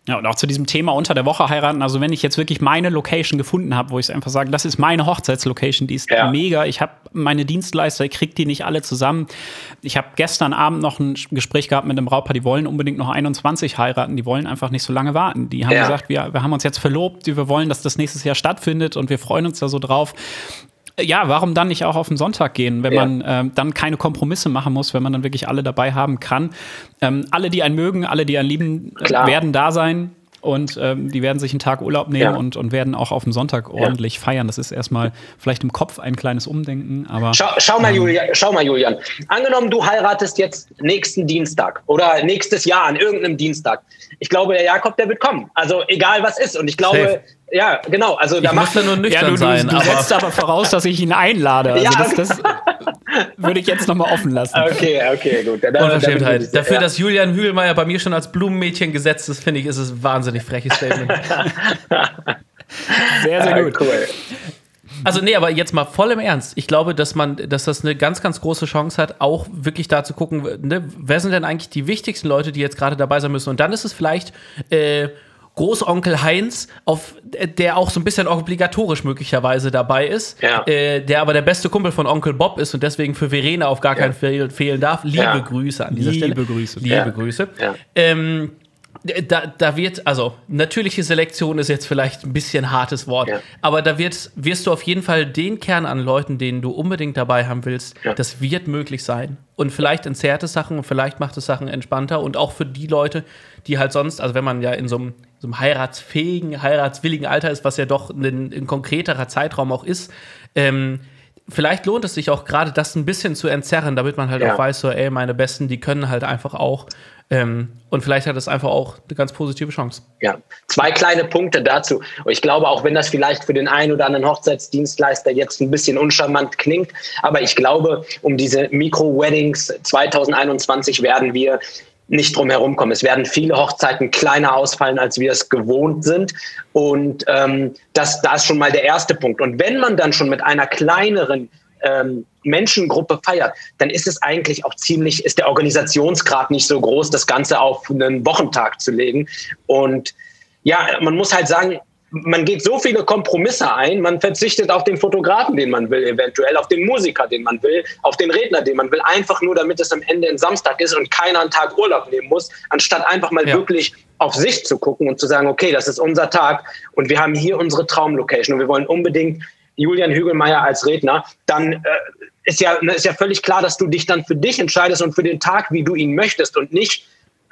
Speaker 2: Ja, und auch zu diesem Thema unter der Woche heiraten. Also wenn ich jetzt wirklich meine Location gefunden habe, wo ich einfach sage, das ist meine Hochzeitslocation, die ist mega. Ich habe meine Dienstleister, ich kriege die nicht alle zusammen. Ich habe gestern Abend noch ein Gespräch gehabt mit einem Brautpaar, die wollen unbedingt noch 21 heiraten. Die wollen einfach nicht so lange warten. Die haben gesagt, wir haben uns jetzt verlobt, wir wollen, dass das nächstes Jahr stattfindet und wir freuen uns da so drauf. Ja, warum dann nicht auch auf den Sonntag gehen, wenn man dann keine Kompromisse machen muss, wenn man dann wirklich alle dabei haben kann. Alle, die einen mögen, alle, die einen lieben, werden da sein. Und die werden sich einen Tag Urlaub nehmen und werden auch auf dem Sonntag ordentlich feiern. Das ist erstmal vielleicht im Kopf ein kleines Umdenken. Aber
Speaker 4: schau mal, Julian. Angenommen, du heiratest jetzt nächsten Dienstag oder nächstes Jahr an irgendeinem Dienstag. Ich glaube, der Jakob, der wird kommen. Also egal, was ist. Und ich glaube, ja, genau. Also da
Speaker 3: muss er nur nüchtern sein.
Speaker 2: Du setzt aber voraus, dass ich ihn einlade. Also das würde ich jetzt noch mal offen lassen.
Speaker 4: Okay, gut.
Speaker 3: Unverschämtheit. Dafür, dass Julian Hügelmeier bei mir schon als Blumenmädchen gesetzt ist, finde ich, ist es ein wahnsinnig freches Statement.
Speaker 2: Sehr, sehr gut.
Speaker 4: Cool.
Speaker 3: Also nee, aber jetzt mal voll im Ernst. Ich glaube, dass das eine ganz, ganz große Chance hat, auch wirklich da zu gucken, ne, wer sind denn eigentlich die wichtigsten Leute, die jetzt gerade dabei sein müssen. Und dann ist es vielleicht Großonkel Heinz, der auch so ein bisschen obligatorisch möglicherweise dabei ist, der aber der beste Kumpel von Onkel Bob ist und deswegen für Verena auf gar keinen Fall fehlen darf. Liebe Grüße an dieser Stelle. Liebe Grüße.
Speaker 4: Ja.
Speaker 3: Da wird, also natürliche Selektion ist jetzt vielleicht ein bisschen hartes Wort, aber da wirst du auf jeden Fall den Kern an Leuten, den du unbedingt dabei haben willst, das wird möglich sein. Und vielleicht entzerrt es Sachen und vielleicht macht es Sachen entspannter und auch für die Leute, die halt sonst, also wenn man ja in so einem heiratsfähigen, heiratswilligen Alter ist, was ja doch ein konkreterer Zeitraum auch ist, vielleicht lohnt es sich auch gerade das ein bisschen zu entzerren, damit man halt auch weiß, so, ey, meine Besten, die können halt einfach auch. Und vielleicht hat es einfach auch eine ganz positive Chance. Ja,
Speaker 4: 2 kleine Punkte dazu. Und ich glaube, auch wenn das vielleicht für den einen oder anderen Hochzeitsdienstleister jetzt ein bisschen uncharmant klingt, aber ich glaube, um diese Mikro-Weddings 2021 werden wir nicht drum herum kommen. Es werden viele Hochzeiten kleiner ausfallen, als wir es gewohnt sind. Und da ist schon mal der erste Punkt. Und wenn man dann schon mit einer kleineren Menschengruppe feiert, dann ist es eigentlich auch ist der Organisationsgrad nicht so groß, das Ganze auf einen Wochentag zu legen. Und ja, man muss halt sagen, man geht so viele Kompromisse ein, man verzichtet auf den Fotografen, den man will, eventuell auf den Musiker, den man will, auf den Redner, den man will, einfach nur, damit es am Ende ein Samstag ist und keiner einen Tag Urlaub nehmen muss, anstatt einfach mal wirklich auf sich zu gucken und zu sagen, okay, das ist unser Tag und wir haben hier unsere Traumlocation und wir wollen unbedingt Julian Hügelmeier als Redner, dann ist ja völlig klar, dass du dich dann für dich entscheidest und für den Tag, wie du ihn möchtest und nicht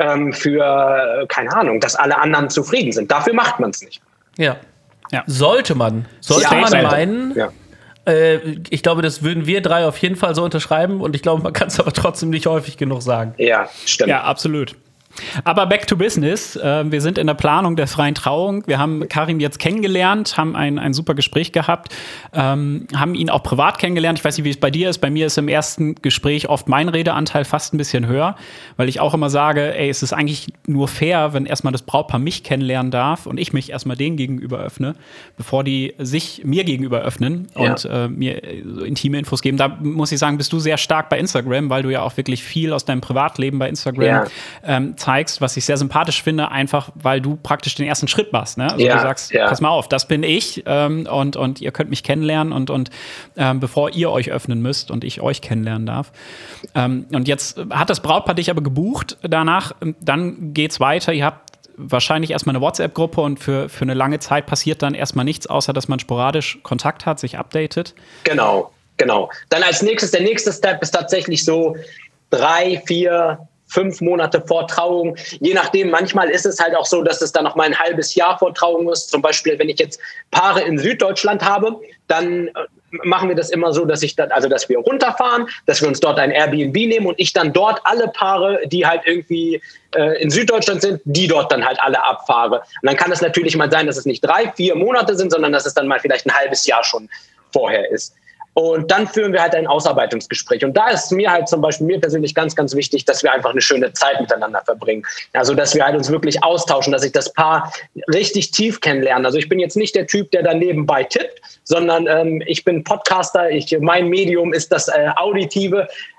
Speaker 4: für, keine Ahnung, dass alle anderen zufrieden sind. Dafür macht man es nicht.
Speaker 3: Ja. Sollte man meinen. Ja. Ich glaube, das würden wir 3 auf jeden Fall so unterschreiben und ich glaube, man kann es aber trotzdem nicht häufig genug sagen.
Speaker 4: Ja, stimmt.
Speaker 2: Ja, absolut. Aber back to business. Wir sind in der Planung der freien Trauung. Wir haben Karim jetzt kennengelernt, haben ein super Gespräch gehabt, haben ihn auch privat kennengelernt. Ich weiß nicht, wie es bei dir ist. Bei mir ist im ersten Gespräch oft mein Redeanteil fast ein bisschen höher, weil ich auch immer sage, ey, es ist eigentlich nur fair, wenn erstmal das Brautpaar mich kennenlernen darf und ich mich erstmal denen gegenüber öffne, bevor die sich mir gegenüber öffnen und mir so intime Infos geben. Da muss ich sagen, bist du sehr stark bei Instagram, weil du ja auch wirklich viel aus deinem Privatleben bei Instagram zeigst, was ich sehr sympathisch finde, einfach weil du praktisch den ersten Schritt machst. Ne? Also du sagst, pass mal auf, das bin ich und ihr könnt mich kennenlernen und bevor ihr euch öffnen müsst und ich euch kennenlernen darf. Und jetzt hat das Brautpaar dich aber gebucht danach, dann geht's weiter, ihr habt wahrscheinlich erstmal eine WhatsApp-Gruppe und für eine lange Zeit passiert dann erstmal nichts, außer dass man sporadisch Kontakt hat, sich updatet.
Speaker 4: Genau. Dann als nächstes, der nächste Step ist tatsächlich so 3, 4, 5 Monate vor Trauung. Je nachdem, manchmal ist es halt auch so, dass es dann noch mal ein halbes Jahr vor Trauung ist. Zum Beispiel, wenn ich jetzt Paare in Süddeutschland habe, dann machen wir das immer so, dass wir runterfahren, dass wir uns dort ein Airbnb nehmen und ich dann dort alle Paare, die halt irgendwie in Süddeutschland sind, die dort dann halt alle abfahre. Und dann kann es natürlich mal sein, dass es nicht 3, 4 Monate sind, sondern dass es dann mal vielleicht ein halbes Jahr schon vorher ist. Und dann führen wir halt ein Ausarbeitungsgespräch. Und da ist mir halt zum Beispiel mir persönlich ganz, ganz wichtig, dass wir einfach eine schöne Zeit miteinander verbringen. Also, dass wir halt uns wirklich austauschen, dass ich das Paar richtig tief kennenlerne. Also, ich bin jetzt nicht der Typ, der da nebenbei tippt, sondern ich bin Podcaster. Mein Medium ist das Auditive.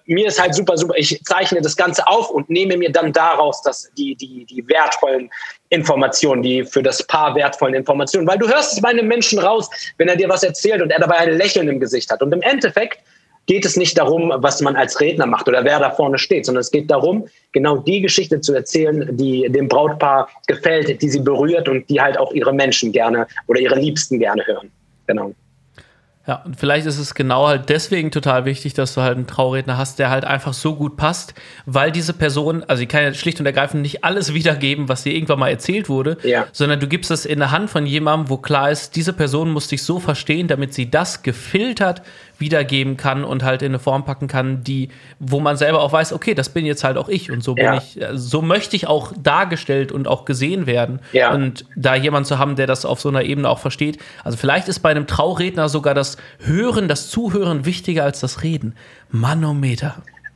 Speaker 4: mir ist halt super, ich zeichne das Ganze auf und nehme mir dann daraus die wertvollen Informationen, die für das Paar wertvollen Informationen, weil du hörst es bei einem Menschen raus, wenn er dir was erzählt und er dabei ein Lächeln im Gesicht hat. Und im Endeffekt geht es nicht darum, was man als Redner macht oder wer da vorne steht, sondern es geht darum, genau die Geschichte zu erzählen, die dem Brautpaar gefällt, die sie berührt und die halt auch ihre Menschen gerne oder ihre Liebsten gerne hören. Genau.
Speaker 3: Ja, und vielleicht ist es genau halt deswegen total wichtig, dass du halt einen Trauredner hast, der halt einfach so gut passt, weil diese Person, also die kann ja schlicht und ergreifend nicht alles wiedergeben, was dir irgendwann mal erzählt wurde, sondern du gibst es in der Hand von jemandem, wo klar ist, diese Person muss dich so verstehen, damit sie das gefiltert wiedergeben kann und halt in eine Form packen kann, wo man selber auch weiß, okay, das bin jetzt halt auch ich und so bin ich, so möchte ich auch dargestellt und auch gesehen werden. Ja. Und da jemand zu haben, der das auf so einer Ebene auch versteht. Also vielleicht ist bei einem Trauredner sogar das Hören, das Zuhören wichtiger als das Reden. Manometer.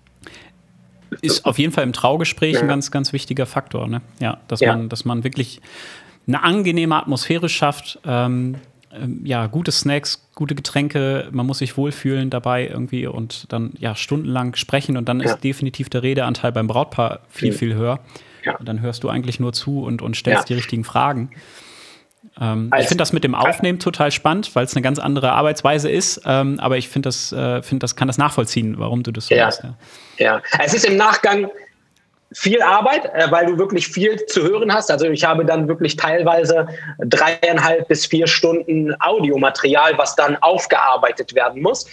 Speaker 2: Ist auf jeden Fall im Traugespräch ein ganz, ganz wichtiger Faktor, ne? Ja, dass man wirklich eine angenehme Atmosphäre schafft, gute Snacks, gute Getränke, man muss sich wohlfühlen dabei irgendwie und dann stundenlang sprechen und dann ist definitiv der Redeanteil beim Brautpaar viel, viel höher. Ja. Und dann hörst du eigentlich nur zu und stellst die richtigen Fragen. Ich finde das mit dem Aufnehmen total spannend, weil es eine ganz andere Arbeitsweise ist, aber ich finde kann das nachvollziehen, warum du das so machst.
Speaker 4: Ja, es ist im Nachgang viel Arbeit, weil du wirklich viel zu hören hast. Also ich habe dann wirklich teilweise 3,5 bis 4 Stunden Audiomaterial, was dann aufgearbeitet werden muss.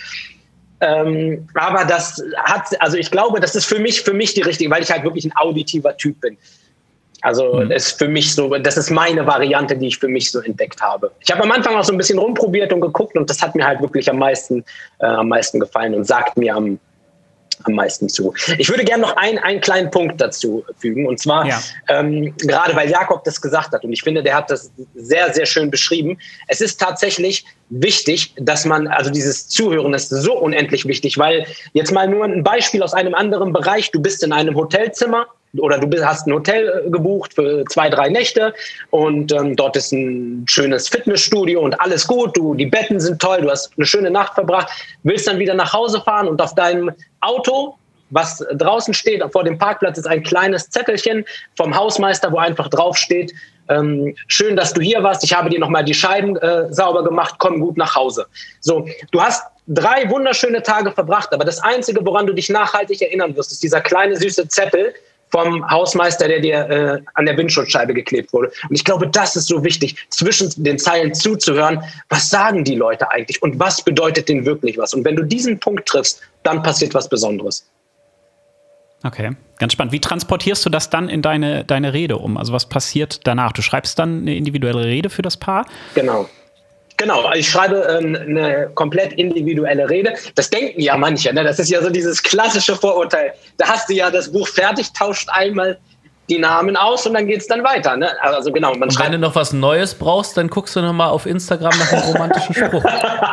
Speaker 4: Aber ich glaube, das ist für mich die richtige, weil ich halt wirklich ein auditiver Typ bin. Also das ist für mich so, das ist meine Variante, die ich für mich so entdeckt habe. Ich habe am Anfang auch so ein bisschen rumprobiert und geguckt und das hat mir halt wirklich am meisten gefallen und sagt mir am meisten zu. Ich würde gerne noch einen kleinen Punkt dazu fügen und zwar, gerade weil Jakob das gesagt hat und ich finde, der hat das sehr, sehr schön beschrieben. Es ist tatsächlich wichtig, dass man, also dieses Zuhören ist so unendlich wichtig, weil jetzt mal nur ein Beispiel aus einem anderen Bereich, du bist in einem Hotelzimmer oder hast ein Hotel gebucht für 2-3 Nächte und dort ist ein schönes Fitnessstudio und alles gut, die Betten sind toll, du hast eine schöne Nacht verbracht, willst dann wieder nach Hause fahren und auf deinem Auto, was draußen steht, vor dem Parkplatz ist ein kleines Zettelchen vom Hausmeister, wo einfach drauf steht, schön, dass du hier warst, ich habe dir nochmal die Scheiben sauber gemacht, komm gut nach Hause. So, du hast 3 wunderschöne Tage verbracht, aber das Einzige, woran du dich nachhaltig erinnern wirst, ist dieser kleine süße Zettel vom Hausmeister, der dir an der Windschutzscheibe geklebt wurde. Und ich glaube, das ist so wichtig, zwischen den Zeilen zuzuhören, was sagen die Leute eigentlich und was bedeutet denen wirklich was. Und wenn du diesen Punkt triffst, dann passiert was Besonderes.
Speaker 2: Okay, ganz spannend. Wie transportierst du das dann in deine Rede um? Also was passiert danach? Du schreibst dann eine individuelle Rede für das Paar? Genau, ich schreibe eine komplett individuelle Rede. Das denken ja manche, ne? Das ist ja so dieses klassische Vorurteil. Da hast du ja das Buch fertig, tauscht einmal die Namen aus und dann geht's dann weiter. Ne? Also genau,
Speaker 3: und wenn du noch was Neues brauchst, dann guckst du noch mal auf Instagram nach einem romantischen Spruch.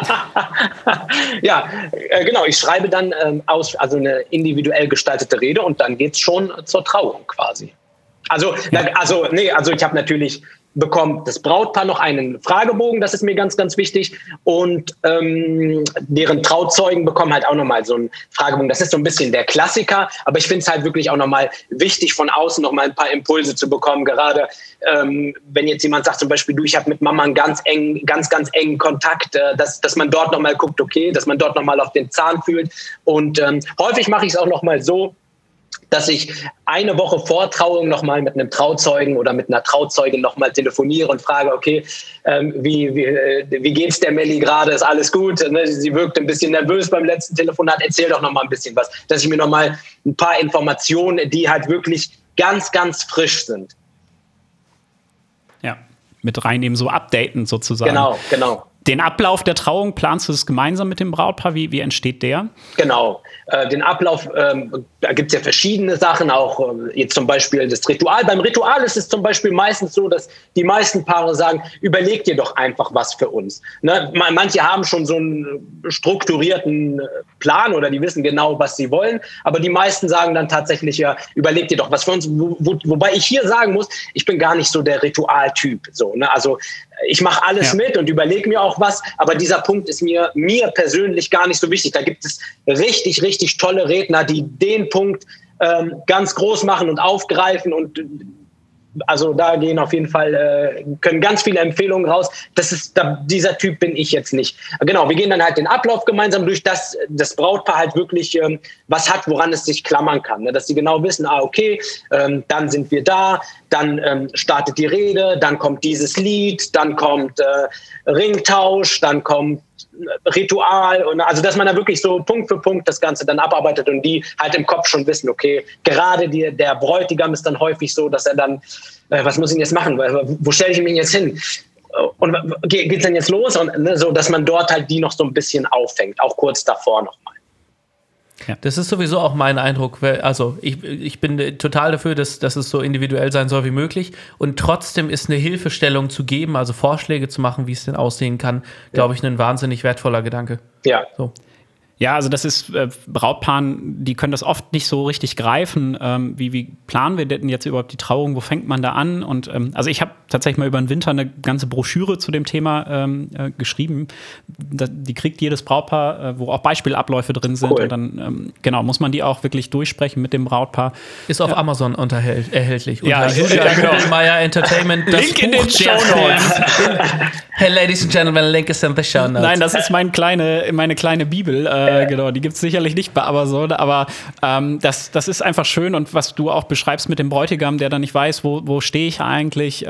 Speaker 4: Genau, ich schreibe dann also eine individuell gestaltete Rede und dann geht's schon zur Trauung quasi. Also ich habe natürlich bekommt das Brautpaar noch einen Fragebogen, das ist mir ganz, ganz wichtig. Und deren Trauzeugen bekommen halt auch nochmal so einen Fragebogen. Das ist so ein bisschen der Klassiker, aber ich finde es halt wirklich auch nochmal wichtig, von außen nochmal ein paar Impulse zu bekommen. Gerade wenn jetzt jemand sagt zum Beispiel, ich habe mit Mama einen ganz engen Kontakt, dass man dort nochmal guckt, okay, dass man dort nochmal auf den Zahn fühlt. Und häufig mache ich es auch nochmal so, dass ich eine Woche vor Trauung nochmal mit einem Trauzeugen oder mit einer Trauzeugin nochmal telefoniere und frage, okay, wie geht's der Melli gerade? Ist alles gut? Ne? Sie wirkt ein bisschen nervös beim letzten Telefonat. Erzähl doch nochmal ein bisschen was. Dass ich mir nochmal ein paar Informationen, die halt wirklich ganz, ganz frisch sind.
Speaker 2: Ja, mit reinnehmen, so updaten sozusagen.
Speaker 4: Genau.
Speaker 2: Den Ablauf der Trauung, planst du das gemeinsam mit dem Brautpaar? Wie entsteht der?
Speaker 4: Genau. Den Ablauf, da gibt es ja verschiedene Sachen, auch jetzt zum Beispiel das Ritual. Beim Ritual ist es zum Beispiel meistens so, dass die meisten Paare sagen, überleg dir doch einfach was für uns. Ne? Manche haben schon so einen strukturierten Plan oder die wissen genau, was sie wollen, aber die meisten sagen dann tatsächlich, ja, überleg dir doch was für uns. Wobei ich hier sagen muss, ich bin gar nicht so der Ritualtyp. So, ne? Also ich mache alles mit und überlege mir auch was, aber dieser Punkt ist mir persönlich gar nicht so wichtig. Da gibt es richtig, richtig tolle Redner, die den Punkt ganz groß machen und aufgreifen und also da gehen auf jeden Fall, können ganz viele Empfehlungen raus. Dieser Typ bin ich jetzt nicht. Genau, wir gehen dann halt den Ablauf gemeinsam durch, dass das Brautpaar halt wirklich was hat, woran es sich klammern kann. Ne? Dass sie genau wissen, okay, dann sind wir da, dann startet die Rede, dann kommt dieses Lied, dann kommt Ringtausch, dann kommt Ritual, und also dass man da wirklich so Punkt für Punkt das Ganze dann abarbeitet und die halt im Kopf schon wissen, okay, gerade der Bräutigam ist dann häufig so, dass er dann, was muss ich jetzt machen, wo stelle ich mich jetzt hin? Und geht's denn jetzt los? Und ne, so, dass man dort halt die noch so ein bisschen auffängt, auch kurz davor nochmal.
Speaker 3: Ja. Das ist sowieso auch mein Eindruck. Also ich bin total dafür, dass es so individuell sein soll wie möglich. Und trotzdem ist eine Hilfestellung zu geben, also Vorschläge zu machen, wie es denn aussehen kann, glaube ich, ein wahnsinnig wertvoller Gedanke.
Speaker 4: Ja.
Speaker 3: So.
Speaker 2: Ja, also das ist Brautpaaren, die können das oft nicht so richtig greifen. Wie planen wir denn jetzt überhaupt die Trauung? Wo fängt man da an? Und also ich habe tatsächlich mal über den Winter eine ganze Broschüre zu dem Thema geschrieben. Die kriegt jedes Brautpaar, wo auch Beispielabläufe drin sind. Cool. Und dann muss man die auch wirklich durchsprechen mit dem Brautpaar.
Speaker 3: Ist auf Amazon erhältlich.
Speaker 2: Ja,
Speaker 3: Julian Hügelmeier Entertainment. Das
Speaker 2: Link
Speaker 3: Buch
Speaker 2: in den Shownotes.
Speaker 3: Hey, Ladies and Gentlemen, Link ist in the Shownotes.
Speaker 2: Nein, das ist meine kleine Bibel. Genau, die gibt es sicherlich nicht bei Amazon, aber das ist einfach schön. Und was du auch beschreibst mit dem Bräutigam, der dann nicht weiß, wo stehe ich eigentlich,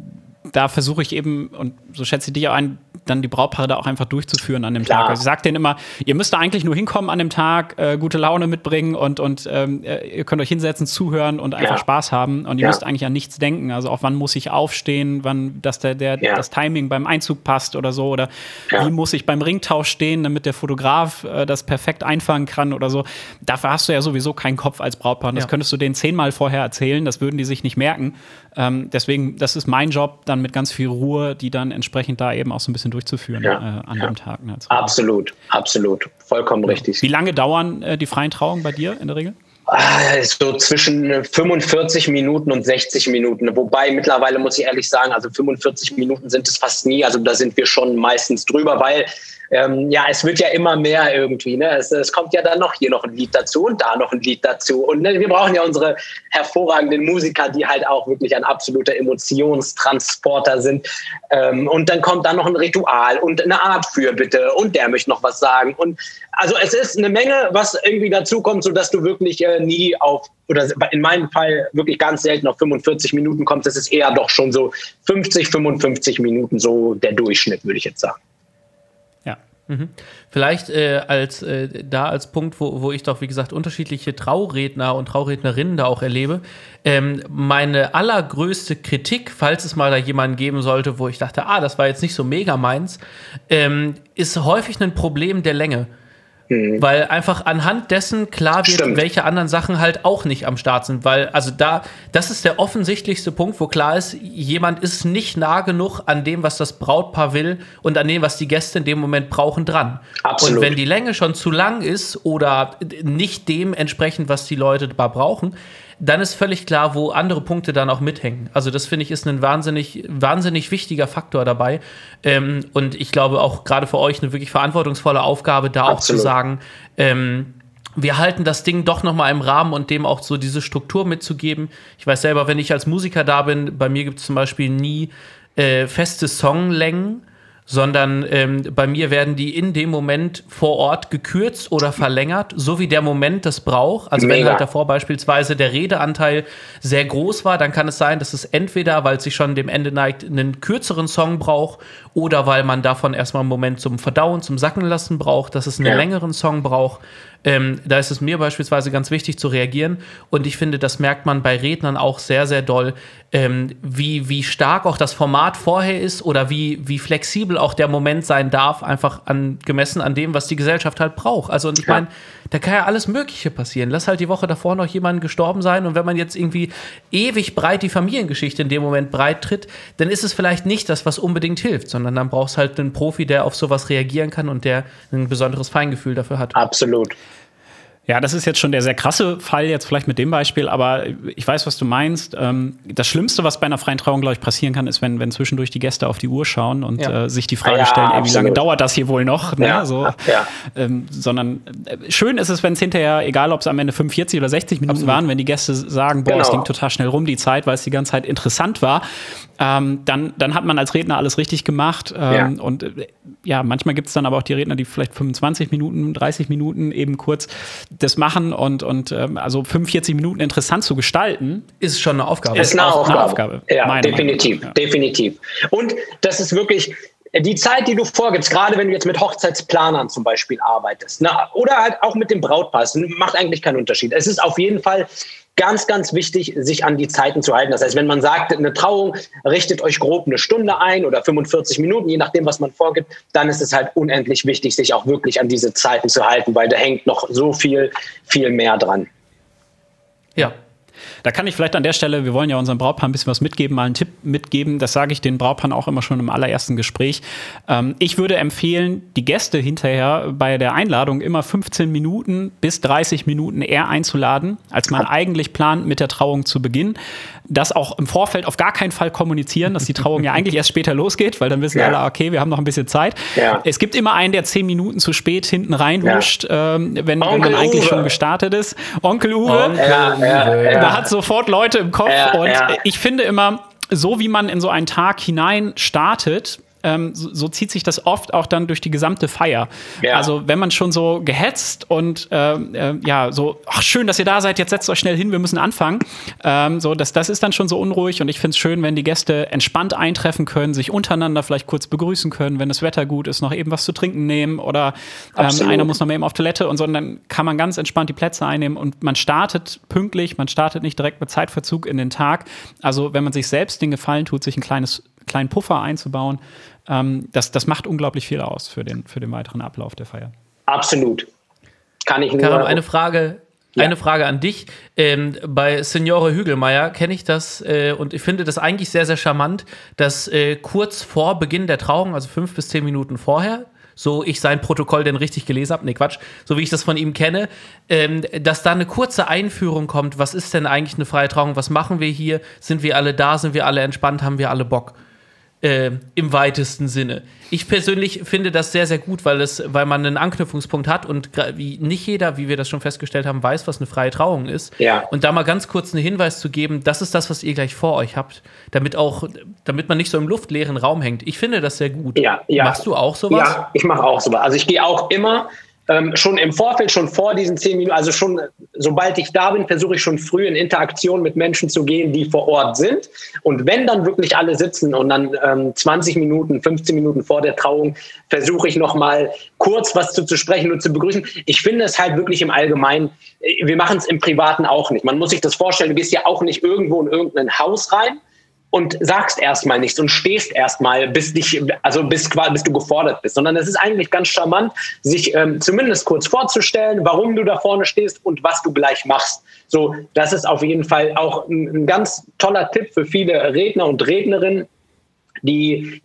Speaker 2: da versuche ich eben, und so schätze ich dich auch ein, dann die Brautpaare da auch einfach durchzuführen an dem Tag. Also ich sage denen immer, ihr müsst da eigentlich nur hinkommen an dem Tag, gute Laune mitbringen und ihr könnt euch hinsetzen, zuhören und einfach Spaß haben. Und ihr müsst eigentlich an nichts denken. Also auch wann muss ich aufstehen, wann das Timing beim Einzug passt oder so. Oder wie muss ich beim Ringtausch stehen, damit der Fotograf das perfekt einfangen kann oder so. Dafür hast du ja sowieso keinen Kopf als Brautpaar. Das könntest du denen 10-mal vorher erzählen, das würden die sich nicht merken. Deswegen, das ist mein Job, dann mit ganz viel Ruhe, die dann entsprechend da eben auch so ein bisschen durchzuführen an dem Tag. Ne?
Speaker 4: Absolut. Vollkommen richtig.
Speaker 2: Wie lange dauern die freien Trauungen bei dir in der Regel?
Speaker 4: So zwischen 45 Minuten und 60 Minuten. Wobei mittlerweile muss ich ehrlich sagen, also 45 Minuten sind es fast nie. Also da sind wir schon meistens drüber, weil es wird ja immer mehr irgendwie. Ne? Es kommt ja dann hier noch ein Lied dazu und da noch ein Lied dazu. Und wir brauchen ja unsere hervorragenden Musiker, die halt auch wirklich ein absoluter Emotionstransporter sind. Und dann kommt dann noch ein Ritual und eine Art Fürbitte und der möchte noch was sagen. Und also es ist eine Menge, was irgendwie dazu kommt, sodass du wirklich nie oder in meinem Fall wirklich ganz selten auf 45 Minuten kommst. Es ist eher doch schon so 50, 55 Minuten so der Durchschnitt, würde ich jetzt sagen.
Speaker 3: Vielleicht als Punkt, wo ich doch, wie gesagt, unterschiedliche Trauredner und Traurednerinnen da auch erlebe. Meine allergrößte Kritik, falls es mal da jemanden geben sollte, wo ich dachte, das war jetzt nicht so mega meins, ist häufig ein Problem der Länge. Weil einfach anhand dessen klar wird, welche anderen Sachen halt auch nicht am Start sind. Weil, also das ist der offensichtlichste Punkt, wo klar ist, jemand ist nicht nah genug an dem, was das Brautpaar will und an dem, was die Gäste in dem Moment brauchen, dran.
Speaker 4: Absolut.
Speaker 3: Und wenn die Länge schon zu lang ist oder nicht dem entsprechend, was die Leute da brauchen, dann ist völlig klar, wo andere Punkte dann auch mithängen. Also das, finde ich, ist ein wahnsinnig, wahnsinnig wichtiger Faktor dabei. Und ich glaube auch gerade für euch eine wirklich verantwortungsvolle Aufgabe, da auch zu sagen, wir halten das Ding doch noch mal im Rahmen und dem auch so diese Struktur mitzugeben. Ich weiß selber, wenn ich als Musiker da bin, bei mir gibt es zum Beispiel nie feste Songlängen, sondern bei mir werden die in dem Moment vor Ort gekürzt oder verlängert, so wie der Moment das braucht. Also wenn halt davor beispielsweise der Redeanteil sehr groß war, dann kann es sein, dass es entweder, weil es sich schon dem Ende neigt, einen kürzeren Song braucht oder weil man davon erstmal einen Moment zum Verdauen, zum Sacken lassen braucht, dass es einen längeren Song braucht. Da ist es mir beispielsweise ganz wichtig zu reagieren und ich finde, das merkt man bei Rednern auch sehr, sehr doll, wie stark auch das Format vorher ist oder wie flexibel auch der Moment sein darf, einfach gemessen an dem, was die Gesellschaft halt braucht. Also und ich meine, da kann ja alles Mögliche passieren. Lass halt die Woche davor noch jemand gestorben sein und wenn man jetzt irgendwie ewig breit die Familiengeschichte in dem Moment breit tritt, dann ist es vielleicht nicht das, was unbedingt hilft, sondern dann brauchst halt einen Profi, der auf sowas reagieren kann und der ein besonderes Feingefühl dafür hat.
Speaker 4: Absolut.
Speaker 2: Ja, das ist jetzt schon der sehr krasse Fall, jetzt vielleicht mit dem Beispiel, aber ich weiß, was du meinst. Das Schlimmste, was bei einer freien Trauung, glaube ich, passieren kann, ist, wenn zwischendurch die Gäste auf die Uhr schauen und sich die Frage stellen, wie lange dauert das hier wohl noch? Ne? Sondern schön ist es, wenn es hinterher, egal ob es am Ende 45 oder 60 Minuten waren, wenn die Gäste sagen, boah, es ging total schnell rum, die Zeit, weil es die ganze Zeit interessant war, dann hat man als Redner alles richtig gemacht. Und manchmal gibt es dann aber auch die Redner, die vielleicht 25 Minuten, 30 Minuten eben kurz das machen und also 45 Minuten interessant zu gestalten.
Speaker 3: Ist schon eine Aufgabe.
Speaker 4: Ist eine Aufgabe. Ja, definitiv. Und das ist wirklich die Zeit, die du vorgibst, gerade wenn du jetzt mit Hochzeitsplanern zum Beispiel arbeitest, oder halt auch mit dem Brautpaar, macht eigentlich keinen Unterschied. Es ist auf jeden Fall ganz, ganz wichtig, sich an die Zeiten zu halten. Das heißt, wenn man sagt, eine Trauung, richtet euch grob eine Stunde ein oder 45 Minuten, je nachdem, was man vorgibt, dann ist es halt unendlich wichtig, sich auch wirklich an diese Zeiten zu halten, weil da hängt noch so viel, viel mehr dran.
Speaker 2: Ja. Da kann ich vielleicht an der Stelle, wir wollen ja unserem Brautpaar ein bisschen was mitgeben, mal einen Tipp mitgeben. Das sage ich den Brautpaaren auch immer schon im allerersten Gespräch. Ich würde empfehlen, die Gäste hinterher bei der Einladung immer 15 Minuten bis 30 Minuten eher einzuladen, als man eigentlich plant, mit der Trauung zu beginnen. Das auch im Vorfeld auf gar keinen Fall kommunizieren, dass die Trauung ja eigentlich erst später losgeht, weil dann wissen alle, okay, wir haben noch ein bisschen Zeit. Ja. Es gibt immer einen, der 10 Minuten zu spät hinten reinhuscht, wenn man eigentlich schon gestartet ist. Onkel Uwe. Da hat sofort Leute im Kopf. Ich finde immer, so wie man in so einen Tag hinein startet, so zieht sich das oft auch dann durch die gesamte Feier. Ja. Also wenn man schon so gehetzt und so, ach schön, dass ihr da seid, jetzt setzt euch schnell hin, wir müssen anfangen. Das ist dann schon so unruhig und ich finde es schön, wenn die Gäste entspannt eintreffen können, sich untereinander vielleicht kurz begrüßen können, wenn das Wetter gut ist, noch eben was zu trinken nehmen oder einer muss noch mal eben auf Toilette und so, und dann kann man ganz entspannt die Plätze einnehmen und man startet pünktlich, man startet nicht direkt mit Zeitverzug in den Tag. Also wenn man sich selbst den Gefallen tut, sich einen kleinen Puffer einzubauen, das macht unglaublich viel aus für den weiteren Ablauf der Feier.
Speaker 4: Absolut. Kann ich nur...
Speaker 3: Karim, eine Frage an dich. Bei Signore Hügelmeier kenne ich das und ich finde das eigentlich sehr, sehr charmant, dass kurz vor Beginn der Trauung, also 5 bis 10 Minuten vorher, so ich sein Protokoll denn richtig gelesen habe, nee, Quatsch, so wie ich das von ihm kenne, dass da eine kurze Einführung kommt, was ist denn eigentlich eine freie Trauung, was machen wir hier, sind wir alle da, sind wir alle entspannt, haben wir alle Bock? Im weitesten Sinne. Ich persönlich finde das sehr, sehr gut, weil man einen Anknüpfungspunkt hat und nicht jeder, wie wir das schon festgestellt haben, weiß, was eine freie Trauung ist. Ja. Und da mal ganz kurz einen Hinweis zu geben, das ist das, was ihr gleich vor euch habt, damit man nicht so im luftleeren Raum hängt. Ich finde das sehr gut. Ja. Machst du auch sowas?
Speaker 4: Ja, ich mache auch sowas. Also ich gehe auch immer schon im Vorfeld, schon vor diesen 10 Minuten, also schon sobald ich da bin, versuche ich schon früh in Interaktion mit Menschen zu gehen, die vor Ort sind. Und wenn dann wirklich alle sitzen und dann 20 Minuten, 15 Minuten vor der Trauung versuche ich noch mal kurz was zu sprechen und zu begrüßen. Ich finde es halt wirklich im Allgemeinen, wir machen es im Privaten auch nicht. Man muss sich das vorstellen, du gehst ja auch nicht irgendwo in irgendein Haus rein und sagst erstmal nichts und stehst erstmal, bis du gefordert bist. Sondern es ist eigentlich ganz charmant, sich zumindest kurz vorzustellen, warum du da vorne stehst und was du gleich machst. So, das ist auf jeden Fall auch ein ganz toller Tipp für viele Redner und Rednerinnen, die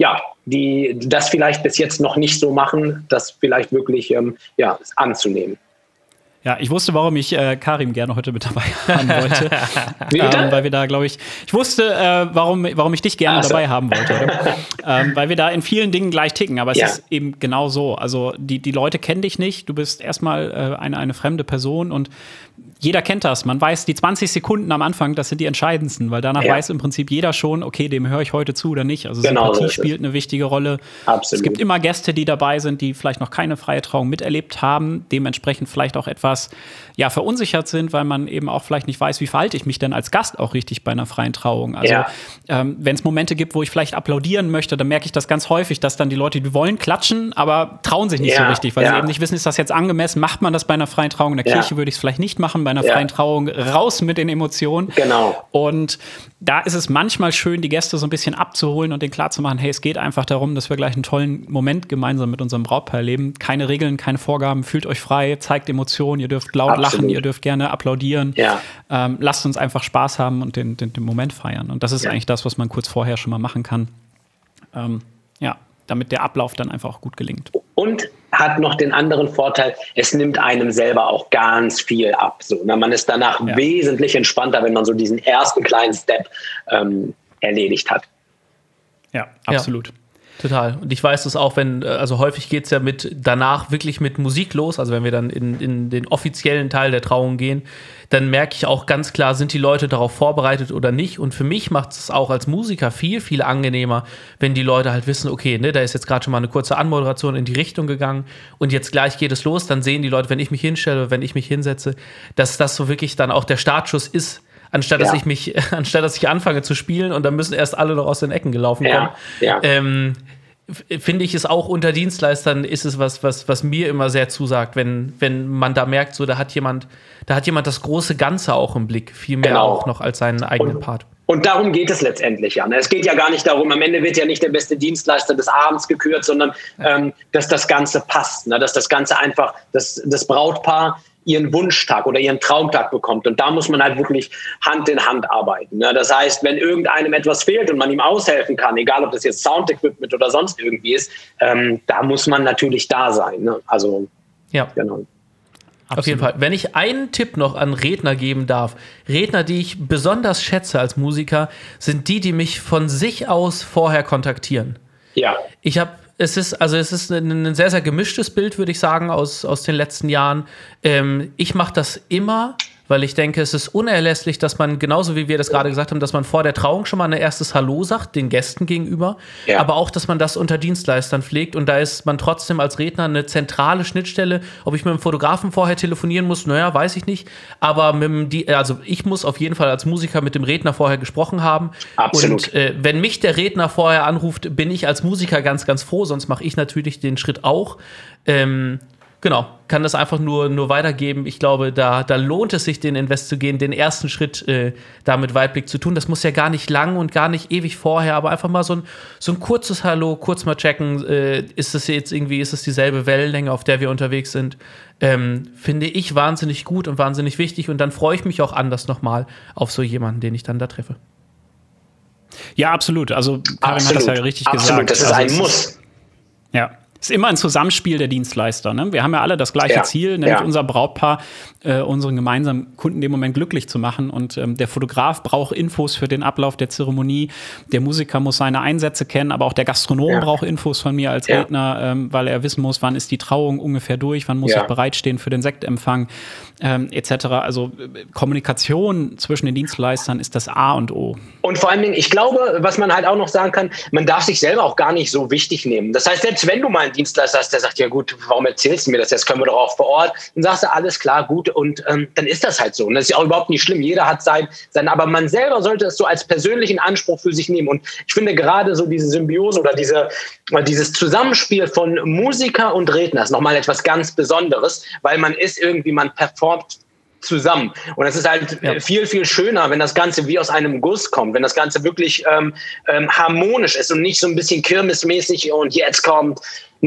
Speaker 4: das vielleicht bis jetzt noch nicht so machen, das vielleicht wirklich anzunehmen.
Speaker 2: Ja, ich wusste, warum ich Karim gerne heute mit dabei haben wollte. Weil wir da, glaube ich wusste, warum ich dich gerne dabei haben wollte. Weil wir da in vielen Dingen gleich ticken. Aber es ist eben genau so. Also die Leute kennen dich nicht. Du bist erstmal eine fremde Person und jeder kennt das. Man weiß, die 20 Sekunden am Anfang, das sind die entscheidendsten, weil danach weiß im Prinzip jeder schon, okay, dem höre ich heute zu oder nicht. Also Sympathie spielt eine wichtige Rolle. Absolut. Es gibt immer Gäste, die dabei sind, die vielleicht noch keine freie Trauung miterlebt haben, dementsprechend vielleicht auch etwas verunsichert sind, weil man eben auch vielleicht nicht weiß, wie verhalte ich mich denn als Gast auch richtig bei einer freien Trauung. Also wenn es Momente gibt, wo ich vielleicht applaudieren möchte, dann merke ich das ganz häufig, dass dann die Leute, die wollen klatschen, aber trauen sich nicht so richtig, weil sie eben nicht wissen, ist das jetzt angemessen, macht man das bei einer freien Trauung? In der Kirche würde ich es vielleicht nicht machen, bei einer freien Trauung raus mit den Emotionen.
Speaker 4: Genau.
Speaker 2: Und da ist es manchmal schön, die Gäste so ein bisschen abzuholen und denen klarzumachen, hey, es geht einfach darum, dass wir gleich einen tollen Moment gemeinsam mit unserem Brautpaar erleben. Keine Regeln, keine Vorgaben, fühlt euch frei, zeigt Emotionen, ihr dürft laut lachen, ihr dürft gerne applaudieren. Ja. Lasst uns einfach Spaß haben und den Moment feiern. Und das ist eigentlich das, was man kurz vorher schon mal machen kann. Damit der Ablauf dann einfach auch gut gelingt.
Speaker 4: und hat noch den anderen Vorteil, es nimmt einem selber auch ganz viel ab. So, ne? Man ist danach wesentlich entspannter, wenn man so diesen ersten kleinen Step erledigt hat.
Speaker 2: Ja, absolut.
Speaker 3: Ja. Total. Und ich weiß das auch, also häufig geht es ja danach wirklich mit Musik los, also wenn wir dann in den offiziellen Teil der Trauung gehen, dann merke ich auch ganz klar, sind die Leute darauf vorbereitet oder nicht. Und für mich macht es auch als Musiker viel, viel angenehmer, wenn die Leute halt wissen, okay, ne, da ist jetzt gerade schon mal eine kurze Anmoderation in die Richtung gegangen und jetzt gleich geht es los, dann sehen die Leute, wenn ich mich hinstelle, wenn ich mich hinsetze, dass das so wirklich dann auch der Startschuss ist, anstatt dass ich anfange zu spielen und dann müssen erst alle noch aus den Ecken gelaufen kommen.
Speaker 4: Ja.
Speaker 3: Finde ich es auch unter Dienstleistern ist es was mir immer sehr zusagt, wenn man da merkt, so da hat jemand das große Ganze auch im Blick, viel mehr auch noch als seinen eigenen Part.
Speaker 4: Und darum geht es letztendlich ja. Es geht ja gar nicht darum, am Ende wird ja nicht der beste Dienstleister des Abends gekürt, sondern dass das Ganze passt, ne? Dass das Ganze einfach, das Brautpaar ihren Wunschtag oder ihren Traumtag bekommt. Und da muss man halt wirklich Hand in Hand arbeiten. Ne? Das heißt, wenn irgendeinem etwas fehlt und man ihm aushelfen kann, egal ob das jetzt Soundequipment oder sonst irgendwie ist, da muss man natürlich da sein. Ne? Also, genau.
Speaker 3: Absolut. Auf jeden Fall. Wenn ich einen Tipp noch an Redner geben darf, Redner, die ich besonders schätze als Musiker, sind die mich von sich aus vorher kontaktieren.
Speaker 4: Ja.
Speaker 3: Es ist ein sehr, sehr gemischtes Bild, würde ich sagen, aus den letzten Jahren. Ich mache das immer, weil ich denke, es ist unerlässlich, dass man, genauso wie wir das gerade gesagt haben, dass man vor der Trauung schon mal ein erstes Hallo sagt, den Gästen gegenüber, aber auch, dass man das unter Dienstleistern pflegt und da ist man trotzdem als Redner eine zentrale Schnittstelle. Ob ich mit dem Fotografen vorher telefonieren muss, naja, weiß ich nicht, aber ich muss auf jeden Fall als Musiker mit dem Redner vorher gesprochen haben.
Speaker 4: Absolut.
Speaker 3: Und wenn mich der Redner vorher anruft, bin ich als Musiker ganz, ganz froh, sonst mache ich natürlich den Schritt auch. Genau, kann das einfach nur weitergeben. Ich glaube, da lohnt es sich, den Invest zu gehen, den ersten Schritt da mit Weitblick zu tun. Das muss ja gar nicht lang und gar nicht ewig vorher, aber einfach mal so ein kurzes Hallo, kurz mal checken, ist es dieselbe Wellenlänge, auf der wir unterwegs sind. Finde ich wahnsinnig gut und wahnsinnig wichtig und dann freue ich mich auch anders nochmal auf so jemanden, den ich dann da treffe.
Speaker 2: Ja, absolut. Also Karin hat das ja richtig gesagt.
Speaker 4: Das ist ein Muss.
Speaker 2: Ja. Es ist immer ein Zusammenspiel der Dienstleister. Ne? Wir haben ja alle das gleiche Ziel, nämlich unser Brautpaar, unseren gemeinsamen Kunden in dem Moment glücklich zu machen. Und der Fotograf braucht Infos für den Ablauf der Zeremonie. Der Musiker muss seine Einsätze kennen, aber auch der Gastronom braucht Infos von mir als Redner, weil er wissen muss, wann ist die Trauung ungefähr durch, wann muss ich bereitstehen für den Sektempfang, etc. Also Kommunikation zwischen den Dienstleistern ist das A und O.
Speaker 4: Und vor allen Dingen, ich glaube, was man halt auch noch sagen kann, man darf sich selber auch gar nicht so wichtig nehmen. Das heißt, selbst wenn du mal einen Dienstleister hast, der sagt, ja gut, warum erzählst du mir das jetzt, können wir doch auch vor Ort, dann sagst du, alles klar, gut, und dann ist das halt so. Und das ist ja auch überhaupt nicht schlimm, jeder hat sein, aber man selber sollte es so als persönlichen Anspruch für sich nehmen. Und ich finde gerade so diese Symbiose oder dieses Zusammenspiel von Musiker und Redner ist nochmal etwas ganz Besonderes, weil man performt zusammen. Und es ist halt viel, viel schöner, wenn das Ganze wie aus einem Guss kommt, wenn das Ganze wirklich harmonisch ist und nicht so ein bisschen kirmesmäßig und jetzt kommt,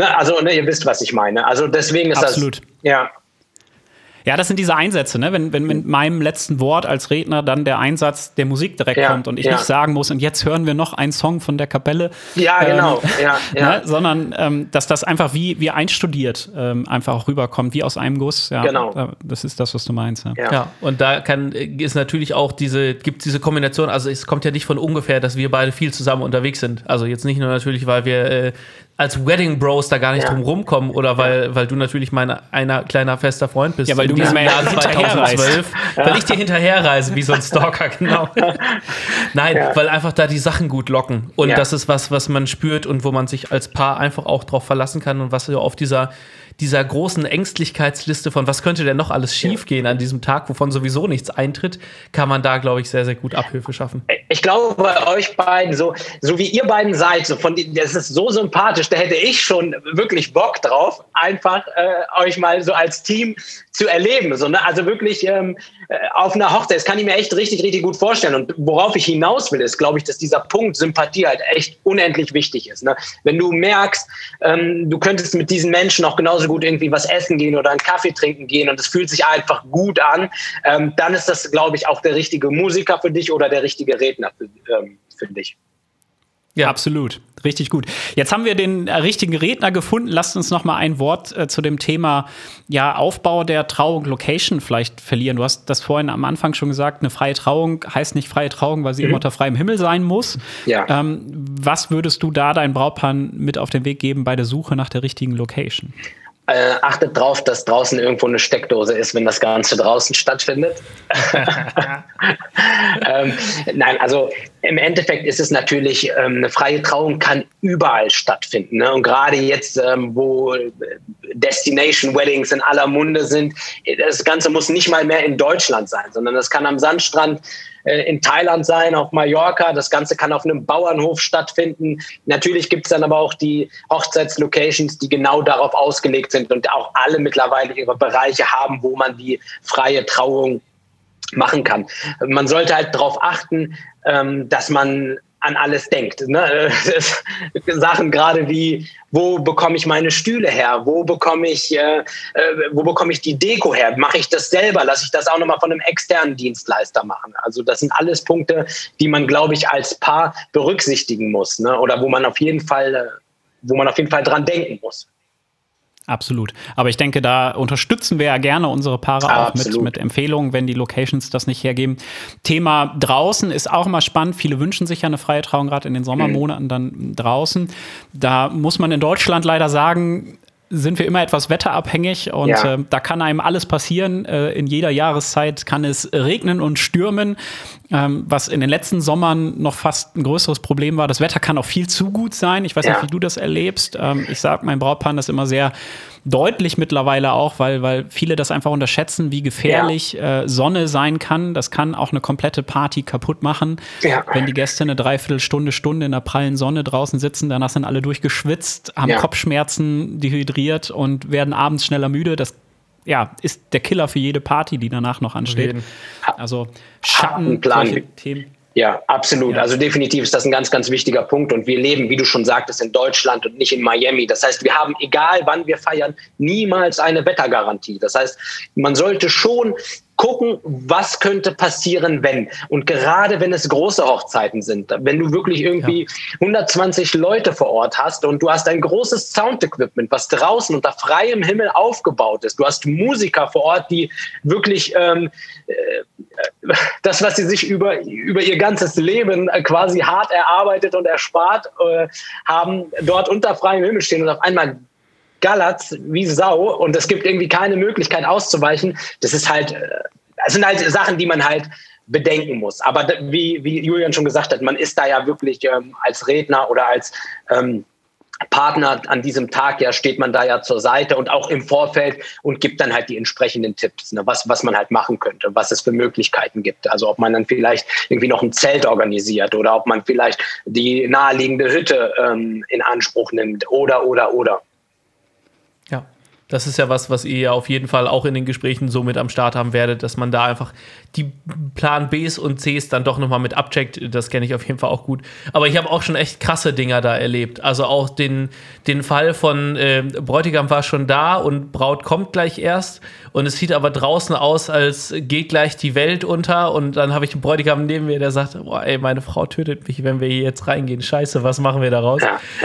Speaker 4: ihr wisst, was ich meine. Also deswegen ist
Speaker 2: absolut.
Speaker 4: Das,
Speaker 2: Ja, das sind diese Einsätze, ne? Wenn mit meinem letzten Wort als Redner dann der Einsatz der Musik direkt kommt und ich nicht sagen muss, und jetzt hören wir noch einen Song von der Kapelle.
Speaker 4: Ja, genau.
Speaker 2: Ne? Sondern, dass das einfach wie einstudiert einfach auch rüberkommt, wie aus einem Guss. Ja,
Speaker 4: genau.
Speaker 2: Das ist das, was du meinst.
Speaker 3: Ja, und da ist natürlich auch gibt diese Kombination, also es kommt ja nicht von ungefähr, dass wir beide viel zusammen unterwegs sind. Also jetzt nicht nur natürlich, weil wir als Wedding Bros da gar nicht drum rumkommen oder weil du natürlich einer kleiner fester Freund bist.
Speaker 2: Ja, weil du
Speaker 3: mir
Speaker 2: Jahr
Speaker 3: 2012, weil ich dir hinterherreise wie so ein Stalker, genau. Nein, weil einfach da die Sachen gut locken und das ist was man spürt und wo man sich als Paar einfach auch drauf verlassen kann und was so auf dieser großen Ängstlichkeitsliste von was könnte denn noch alles schiefgehen an diesem Tag, wovon sowieso nichts eintritt, kann man da, glaube ich, sehr, sehr gut Abhilfe schaffen.
Speaker 4: Ich glaube, bei euch beiden, so wie ihr beiden seid, das ist so sympathisch, da hätte ich schon wirklich Bock drauf, einfach euch mal so als Team zu erleben. So, ne? Also wirklich auf einer Hochzeit, das kann ich mir echt richtig, richtig gut vorstellen. Und worauf ich hinaus will, ist, glaube ich, dass dieser Punkt Sympathie halt echt unendlich wichtig ist. Ne? Wenn du merkst, du könntest mit diesen Menschen auch genauso gut irgendwie was essen gehen oder einen Kaffee trinken gehen und es fühlt sich einfach gut an, dann ist das, glaube ich, auch der richtige Musiker für dich oder der richtige Redner für dich.
Speaker 2: Ja, absolut. Richtig gut. Jetzt haben wir den richtigen Redner gefunden. Lasst uns noch mal ein Wort zu dem Thema Aufbau der Trauung, Location vielleicht verlieren. Du hast das vorhin am Anfang schon gesagt, eine freie Trauung heißt nicht freie Trauung, weil sie immer unter freiem Himmel sein muss.
Speaker 4: Ja.
Speaker 2: Was würdest du da deinen Brautpaaren mit auf den Weg geben bei der Suche nach der richtigen Location?
Speaker 4: Achtet drauf, dass draußen irgendwo eine Steckdose ist, wenn das Ganze draußen stattfindet. Nein, also im Endeffekt ist es natürlich, eine freie Trauung kann überall stattfinden. Ne? Und gerade jetzt, wo Destination Weddings in aller Munde sind, das Ganze muss nicht mal mehr in Deutschland sein, sondern das kann am Sandstrand in Thailand sein, auf Mallorca. Das Ganze kann auf einem Bauernhof stattfinden. Natürlich gibt es dann aber auch die Hochzeitslocations, die genau darauf ausgelegt sind und auch alle mittlerweile ihre Bereiche haben, wo man die freie Trauung machen kann. Man sollte halt darauf achten, dass man an alles denkt. Ne? Sachen gerade wie, wo bekomme ich meine Stühle her? Wo bekomme ich die Deko her? Mache ich das selber? Lasse ich das auch nochmal von einem externen Dienstleister machen? Also das sind alles Punkte, die man, glaube ich, als Paar berücksichtigen muss, ne? Oder wo man auf jeden Fall dran denken muss.
Speaker 2: Absolut. Aber ich denke, da unterstützen wir ja gerne unsere Paare auch mit Empfehlungen, wenn die Locations das nicht hergeben. Thema draußen ist auch immer spannend. Viele wünschen sich ja eine freie Trauung, gerade in den Sommermonaten dann draußen. Da muss man in Deutschland leider sagen, sind wir immer etwas wetterabhängig und da kann einem alles passieren. In jeder Jahreszeit kann es regnen und stürmen, was in den letzten Sommern noch fast ein größeres Problem war. Das Wetter kann auch viel zu gut sein. Ich weiß nicht, wie du das erlebst. Ich sage meinen Brautpaaren das immer sehr deutlich mittlerweile auch, weil viele das einfach unterschätzen, wie gefährlich Sonne sein kann. Das kann auch eine komplette Party kaputt machen. Ja. Wenn die Gäste eine Dreiviertelstunde, Stunde in der prallen Sonne draußen sitzen, danach sind alle durchgeschwitzt, haben Kopfschmerzen, dehydriert und werden abends schneller müde. Das ist der Killer für jede Party, die danach noch ansteht. Also Schatten, solche Themen.
Speaker 4: Ja, absolut. Ja. Also definitiv ist das ein ganz, ganz wichtiger Punkt. Und wir leben, wie du schon sagtest, in Deutschland und nicht in Miami. Das heißt, wir haben, egal wann wir feiern, niemals eine Wettergarantie. Das heißt, man sollte schon gucken, was könnte passieren, wenn. Und gerade wenn es große Hochzeiten sind, wenn du wirklich irgendwie 120 Leute vor Ort hast und du hast ein großes Sound-Equipment, was draußen unter freiem Himmel aufgebaut ist. Du hast Musiker vor Ort, die wirklich das, was sie sich über ihr ganzes Leben quasi hart erarbeitet und erspart haben, dort unter freiem Himmel stehen und auf einmal gallert's wie Sau und es gibt irgendwie keine Möglichkeit auszuweichen. Das sind halt Sachen, die man halt bedenken muss. Aber wie Julian schon gesagt hat, man ist da ja wirklich als Redner oder als Partner an diesem Tag, steht man da ja zur Seite und auch im Vorfeld und gibt dann halt die entsprechenden Tipps, ne, was man halt machen könnte, was es für Möglichkeiten gibt. Also ob man dann vielleicht irgendwie noch ein Zelt organisiert oder ob man vielleicht die naheliegende Hütte in Anspruch nimmt oder.
Speaker 3: Ja, das ist ja was ihr ja auf jeden Fall auch in den Gesprächen so mit am Start haben werdet, dass man da einfach die Plan Bs und Cs dann doch nochmal mit abcheckt. Das kenne ich auf jeden Fall auch gut. Aber ich habe auch schon echt krasse Dinger da erlebt. Also auch den Fall von Bräutigam war schon da und Braut kommt gleich erst. Und es sieht aber draußen aus, als geht gleich die Welt unter. Und dann habe ich einen Bräutigam neben mir, der sagt, boah, ey, meine Frau tötet mich, wenn wir hier jetzt reingehen. Scheiße, was machen wir daraus?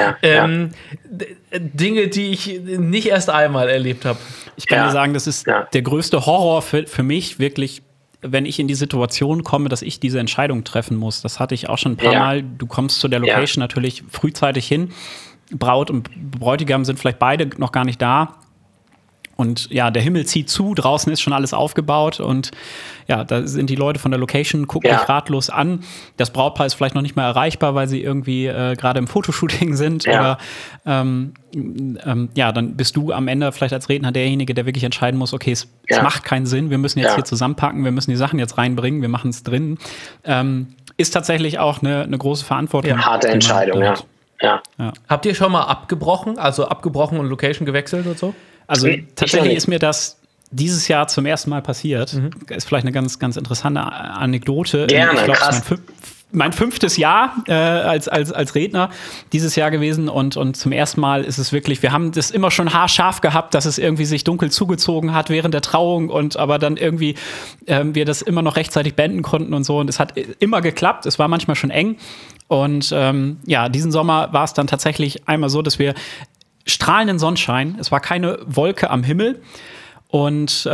Speaker 3: Dinge, die ich nicht erst einmal erlebt habe.
Speaker 2: Ich kann dir sagen, das ist der größte Horror für mich, wirklich, wenn ich in die Situation komme, dass ich diese Entscheidung treffen muss. Das hatte ich auch schon ein paar Mal. Du kommst zu der Location natürlich frühzeitig hin. Braut und Bräutigam sind vielleicht beide noch gar nicht da. Und der Himmel zieht zu, draußen ist schon alles aufgebaut und da sind die Leute von der Location, gucken mich ratlos an. Das Brautpaar ist vielleicht noch nicht mehr erreichbar, weil sie irgendwie gerade im Fotoshooting sind oder dann bist du am Ende vielleicht als Redner derjenige, der wirklich entscheiden muss, okay, es macht keinen Sinn, wir müssen jetzt hier zusammenpacken, wir müssen die Sachen jetzt reinbringen, wir machen es drin. Ist tatsächlich auch eine große Verantwortung.
Speaker 4: Ja, harte Entscheidung, Ja.
Speaker 3: Habt ihr schon mal abgebrochen und Location gewechselt und so?
Speaker 2: Also tatsächlich ist mir das dieses Jahr zum ersten Mal passiert. Ist vielleicht eine ganz, ganz interessante Anekdote.
Speaker 4: Gerne,
Speaker 2: ich glaube,
Speaker 4: krass.
Speaker 2: es ist mein 5. Jahr als Redner dieses Jahr gewesen und zum ersten Mal ist es wirklich, wir haben das immer schon haarscharf gehabt, dass es irgendwie sich dunkel zugezogen hat während der Trauung und aber dann irgendwie wir das immer noch rechtzeitig beenden konnten und so und es hat immer geklappt, es war manchmal schon eng und diesen Sommer war es dann tatsächlich einmal so, dass wir strahlenden Sonnenschein, es war keine Wolke am Himmel und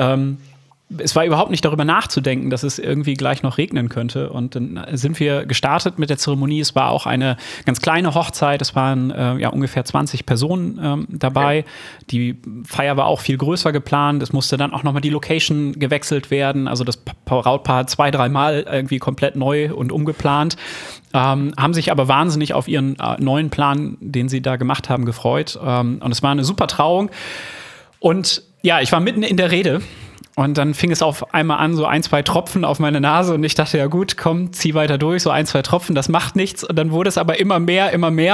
Speaker 2: es war überhaupt nicht darüber nachzudenken, dass es irgendwie gleich noch regnen könnte. Und dann sind wir gestartet mit der Zeremonie. Es war auch eine ganz kleine Hochzeit. Es waren ungefähr 20 Personen dabei. Die Feier war auch viel größer geplant. Es musste dann auch nochmal die Location gewechselt werden. Also das Brautpaar 2-3 Mal irgendwie komplett neu und umgeplant. Haben sich aber wahnsinnig auf ihren neuen Plan, den sie da gemacht haben, gefreut. Und es war eine super Trauung. Und ja, ich war mitten in der Rede. Und dann fing es auf einmal an, so 1-2 Tropfen auf meine Nase. Und ich dachte, ja gut, komm, zieh weiter durch, so 1-2 Tropfen, das macht nichts. Und dann wurde es aber immer mehr.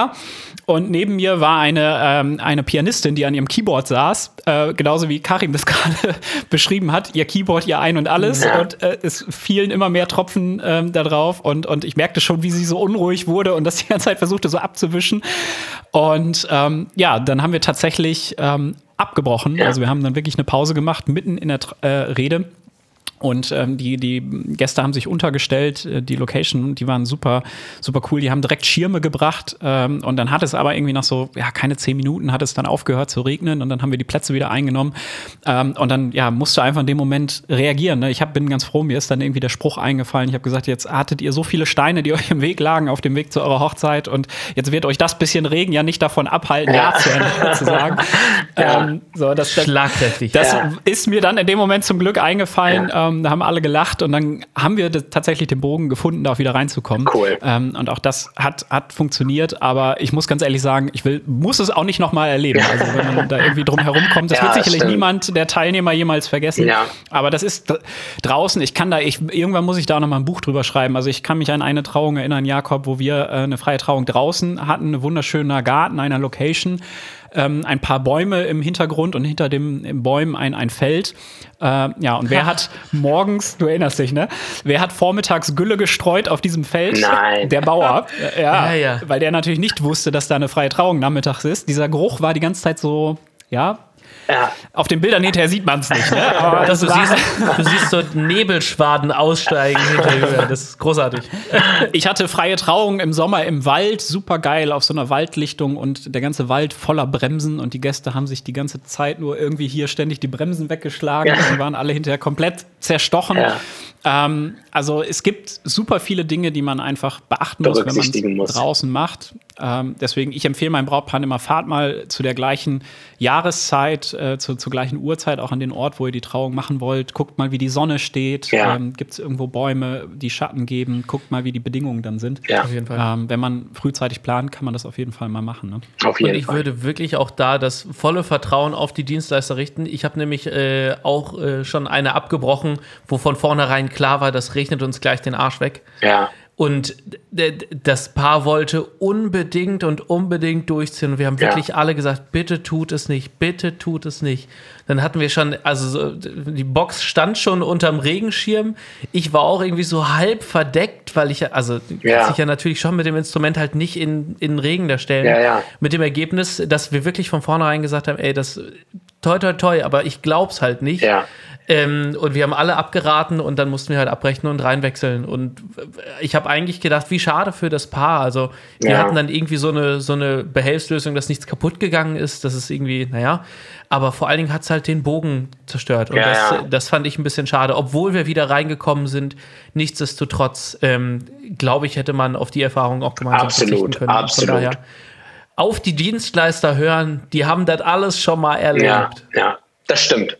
Speaker 2: Und neben mir war eine Pianistin, die an ihrem Keyboard saß. Genauso wie Karim das gerade beschrieben hat. Ihr Keyboard, ihr Ein und Alles. Ja. Und es fielen immer mehr Tropfen da drauf. Und ich merkte schon, wie sie so unruhig wurde und das die ganze Zeit versuchte, so abzuwischen. Und dann haben wir tatsächlich abgebrochen. Ja. Also wir haben dann wirklich eine Pause gemacht, mitten in der Rede. Und die Gäste haben sich untergestellt, die Location, die waren super, super cool. Die haben direkt Schirme gebracht und dann hat es aber irgendwie nach so, keine 10 Minuten hat es dann aufgehört zu regnen und dann haben wir die Plätze wieder eingenommen und dann musste einfach in dem Moment reagieren. Ne? Ich bin ganz froh, mir ist dann irgendwie der Spruch eingefallen. Ich habe gesagt, jetzt hattet ihr so viele Steine, die euch im Weg lagen auf dem Weg zu eurer Hochzeit und jetzt wird euch das bisschen Regen ja nicht davon abhalten, ja zu sagen. Das
Speaker 3: schlagkräftig.
Speaker 2: Das ist mir dann in dem Moment zum Glück eingefallen. Da haben alle gelacht und dann haben wir tatsächlich den Bogen gefunden, da auch wieder reinzukommen.
Speaker 4: Cool.
Speaker 2: Und auch das hat funktioniert, aber ich muss ganz ehrlich sagen, muss es auch nicht nochmal erleben. Also wenn man da irgendwie drum herum kommt, das wird sicherlich niemand der Teilnehmer jemals vergessen. Ja. Aber das ist draußen, irgendwann muss ich da noch mal ein Buch drüber schreiben. Also ich kann mich an eine Trauung erinnern, Jakob, wo wir eine freie Trauung draußen hatten, ein wunderschöner Garten, einer Location. Ein paar Bäume im Hintergrund und hinter den Bäumen ein Feld. Und wer hat morgens, du erinnerst dich, ne? Wer hat vormittags Gülle gestreut auf diesem Feld?
Speaker 4: Nein.
Speaker 2: Der Bauer. Ja. Weil der natürlich nicht wusste, dass da eine freie Trauung nachmittags ist. Dieser Geruch war die ganze Zeit so, auf den Bildern hinterher sieht man es nicht. Ne? Aber
Speaker 3: du siehst so Nebelschwaden aussteigen hinterher. Das ist großartig.
Speaker 2: Ich hatte freie Trauung im Sommer im Wald, super geil, auf so einer Waldlichtung und der ganze Wald voller Bremsen und die Gäste haben sich die ganze Zeit nur irgendwie hier ständig die Bremsen weggeschlagen und waren alle hinterher komplett zerstochen. Ja. Also es gibt super viele Dinge, die man einfach beachten muss, wenn man es draußen macht. Deswegen, ich empfehle meinem Brautpaar immer, fahrt mal zu der gleichen Jahreszeit, zur gleichen Uhrzeit, auch an den Ort, wo ihr die Trauung machen wollt. Guckt mal, wie die Sonne steht. Ja. Gibt es irgendwo Bäume, die Schatten geben? Guckt mal, wie die Bedingungen dann sind. Ja. Auf jeden Fall. Wenn man frühzeitig plant, kann man das auf jeden Fall mal machen. Ne?
Speaker 3: Auf jeden Fall. Und ich würde wirklich auch da das volle Vertrauen auf die Dienstleister richten. Ich habe nämlich auch schon eine abgebrochen, wo von vornherein klar war, das regnet uns gleich den Arsch weg. Ja. Und das Paar wollte unbedingt durchziehen. Und wir haben wirklich alle gesagt, bitte tut es nicht, bitte tut es nicht. Dann hatten wir schon, die Box stand schon unterm Regenschirm. Ich war auch irgendwie so halb verdeckt, weil ich, sich ja natürlich schon mit dem Instrument halt nicht in den Regen da stellen. Ja. Mit dem Ergebnis, dass wir wirklich von vornherein gesagt haben, das toi, toi, toi, aber ich glaub's halt nicht. Ja. Und wir haben alle abgeraten und dann mussten wir halt abbrechen und reinwechseln. Und ich habe eigentlich gedacht, wie schade für das Paar. Also wir hatten dann irgendwie so eine Behelfslösung, dass nichts kaputt gegangen ist. Das ist irgendwie, aber vor allen Dingen hat es halt den Bogen zerstört. Und das fand ich ein bisschen schade. Obwohl wir wieder reingekommen sind, nichtsdestotrotz, glaube ich, hätte man auf die Erfahrung auch gemeinsam verzichten können.
Speaker 4: Absolut.
Speaker 3: Von daher, auf die Dienstleister hören, die haben das alles schon mal erlebt.
Speaker 4: Ja, das stimmt.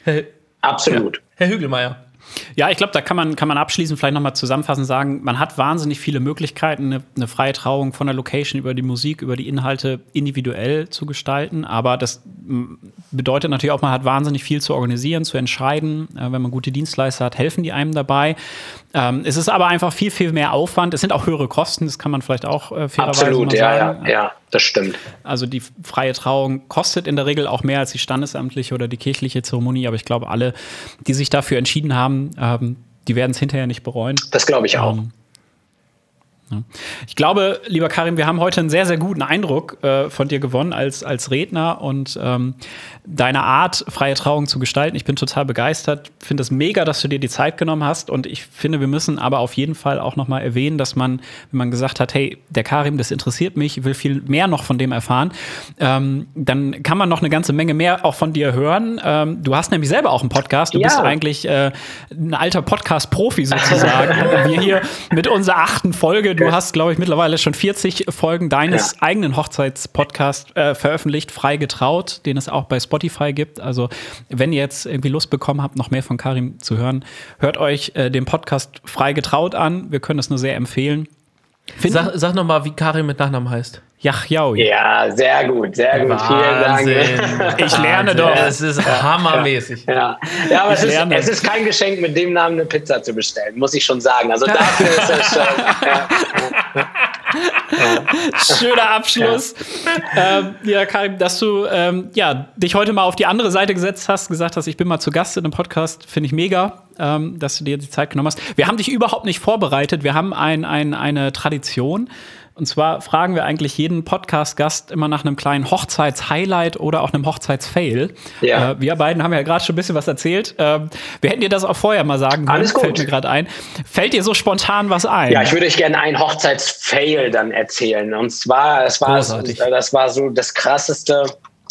Speaker 4: Absolut.
Speaker 3: Ja. Herr Hügelmeier.
Speaker 2: Ja, ich glaube, da kann man abschließend vielleicht nochmal zusammenfassend sagen, man hat wahnsinnig viele Möglichkeiten, eine freie Trauung von der Location über die Musik, über die Inhalte individuell zu gestalten. Aber das bedeutet natürlich auch, man hat wahnsinnig viel zu organisieren, zu entscheiden. Wenn man gute Dienstleister hat, helfen die einem dabei. Es ist aber einfach viel, viel mehr Aufwand. Es sind auch höhere Kosten, das kann man vielleicht auch fairerweise mal sagen.
Speaker 4: Ja, das stimmt.
Speaker 2: Also die freie Trauung kostet in der Regel auch mehr als die standesamtliche oder die kirchliche Zeremonie. Aber ich glaube, alle, die sich dafür entschieden haben, die werden es hinterher nicht bereuen.
Speaker 4: Das glaube ich auch.
Speaker 2: Ich glaube, lieber Karim, wir haben heute einen sehr, sehr guten Eindruck von dir gewonnen als Redner und deine Art, freie Trauung zu gestalten. Ich bin total begeistert. Finde es mega, dass du dir die Zeit genommen hast. Und ich finde, wir müssen aber auf jeden Fall auch noch mal erwähnen, dass man, wenn man gesagt hat, hey, der Karim, das interessiert mich, ich will viel mehr noch von dem erfahren, dann kann man noch eine ganze Menge mehr auch von dir hören. Du hast nämlich selber auch einen Podcast. Du bist eigentlich ein alter Podcast-Profi sozusagen. Wir hier mit unserer 8. Folge. Du hast, glaube ich, mittlerweile schon 40 Folgen deines eigenen Hochzeitspodcasts veröffentlicht, frei getraut, den es auch bei Spotify gibt. Also, wenn ihr jetzt irgendwie Lust bekommen habt, noch mehr von Karim zu hören, hört euch den Podcast frei getraut an. Wir können es nur sehr empfehlen.
Speaker 3: Sag noch mal, wie Karim mit Nachnamen heißt.
Speaker 2: Yachyaoui.
Speaker 4: Ja, sehr gut, sehr gut.
Speaker 3: Wahnsinn.
Speaker 4: Vielen Dank.
Speaker 2: Ich lerne doch.
Speaker 3: Es ist hammermäßig.
Speaker 4: Ja, aber es ist kein Geschenk, mit dem Namen eine Pizza zu bestellen, muss ich schon sagen. Also dafür ist es schon.
Speaker 2: Schöner Abschluss. Ja, Karim, dass du dich heute mal auf die andere Seite gesetzt hast, gesagt hast, ich bin mal zu Gast in einem Podcast, finde ich mega, dass du dir die Zeit genommen hast. Wir haben dich überhaupt nicht vorbereitet. Wir haben eine Tradition. Und zwar fragen wir eigentlich jeden Podcast-Gast immer nach einem kleinen Hochzeits-Highlight oder auch einem Hochzeits-Fail. Ja. Wir beiden haben ja gerade schon ein bisschen was erzählt. Wir hätten dir das auch vorher mal sagen können.
Speaker 4: Alles gut.
Speaker 2: Fällt mir gerade ein. Fällt dir so spontan was ein?
Speaker 4: Ja, ich würde euch gerne einen Hochzeits-Fail dann erzählen. Und zwar, das war so das Krasseste,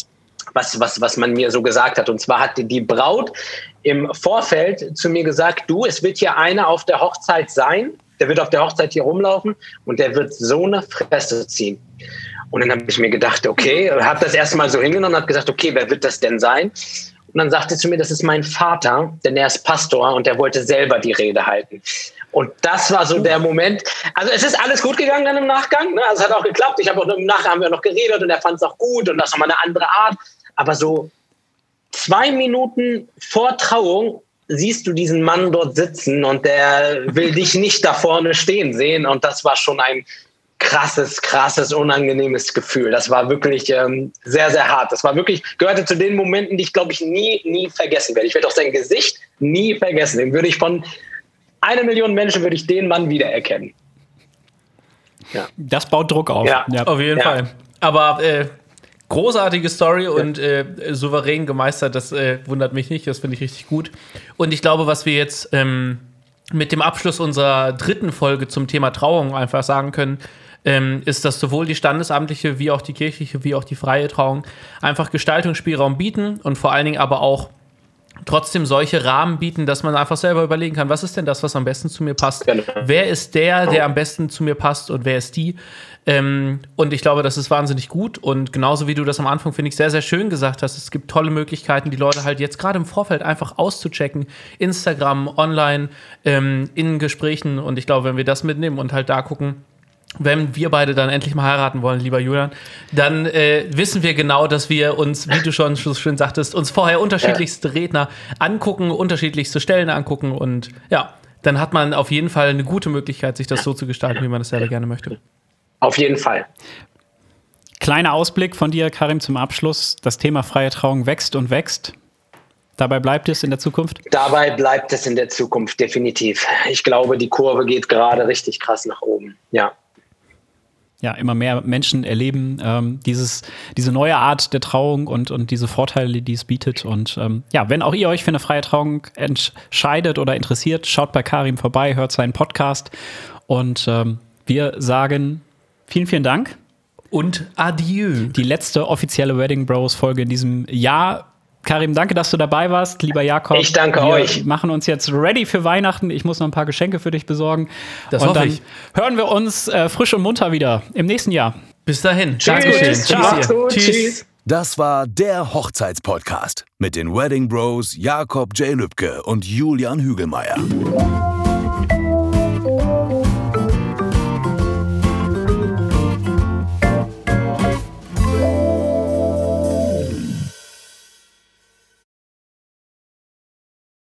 Speaker 4: was man mir so gesagt hat. Und zwar hat die Braut im Vorfeld zu mir gesagt, du, es wird hier einer auf der Hochzeit sein, der wird auf der Hochzeit hier rumlaufen und der wird so eine Fresse ziehen. Und dann habe ich mir gedacht, okay, habe das erstmal so hingenommen und habe gesagt, okay, wer wird das denn sein? Und dann sagte sie zu mir, das ist mein Vater, denn er ist Pastor und der wollte selber die Rede halten. Und das war so der Moment. Also es ist alles gut gegangen dann im Nachgang. Ne? Also es hat auch geklappt. Im Nachgang haben wir noch geredet und er fand es auch gut und das war mal eine andere Art. Aber so 2 Minuten vor Trauung siehst du diesen Mann dort sitzen und der will dich nicht da vorne stehen sehen. Und das war schon ein krasses, unangenehmes Gefühl. Das war wirklich sehr, sehr hart. Das war wirklich, gehörte zu den Momenten, die ich, glaube ich, nie vergessen werde. Ich werde auch sein Gesicht nie vergessen. Den würde ich von 1 Million Menschen, würde ich den Mann wiedererkennen. Ja.
Speaker 2: Das baut Druck auf.
Speaker 3: Ja. Auf jeden Fall. Aber großartige Story und souverän gemeistert, das wundert mich nicht, das finde ich richtig gut. Und ich glaube, was wir jetzt mit dem Abschluss unserer 3. Folge zum Thema Trauung einfach sagen können, ist, dass sowohl die standesamtliche wie auch die kirchliche wie auch die freie Trauung einfach Gestaltungsspielraum bieten und vor allen Dingen aber auch trotzdem solche Rahmen bieten, dass man einfach selber überlegen kann, was ist denn das, was am besten zu mir passt? Genau. Wer ist der am besten zu mir passt und wer ist die? Und ich glaube, das ist wahnsinnig gut. Und genauso wie du das am Anfang, finde ich, sehr, sehr schön gesagt hast, es gibt tolle Möglichkeiten, die Leute halt jetzt gerade im Vorfeld einfach auszuchecken. Instagram, online, in Gesprächen. Und ich glaube, wenn wir das mitnehmen und halt da gucken, wenn wir beide dann endlich mal heiraten wollen, lieber Julian, dann wissen wir genau, dass wir uns, wie du schon so schön sagtest, uns vorher unterschiedlichste Redner angucken, unterschiedlichste Stellen angucken und ja, dann hat man auf jeden Fall eine gute Möglichkeit, sich das so zu gestalten, wie man das selber gerne möchte.
Speaker 4: Auf jeden Fall.
Speaker 2: Kleiner Ausblick von dir, Karim, zum Abschluss. Das Thema freie Trauung wächst und wächst. Dabei bleibt es in der Zukunft? Dabei bleibt es in der Zukunft, definitiv. Ich glaube, die Kurve geht gerade richtig krass nach oben, ja. Ja, immer mehr Menschen erleben diese neue Art der Trauung und diese Vorteile, die es bietet. Und ja, wenn auch ihr euch für eine freie Trauung entscheidet oder interessiert, schaut bei Karim vorbei, hört seinen Podcast. Und wir sagen vielen, vielen Dank. Und adieu. Die letzte offizielle Wedding Bros Folge in diesem Jahr. Karim, danke, dass du dabei warst. Lieber Jakob. Ich danke euch. Wir machen uns jetzt ready für Weihnachten. Ich muss noch ein paar Geschenke für dich besorgen. Das hoffe ich. Und dann hören wir uns frisch und munter wieder im nächsten Jahr. Bis dahin.
Speaker 1: Tschüss. Tschüss. Das war der Hochzeitspodcast mit den Wedding Bros Jakob J. Lübke und Julian Hügelmeier.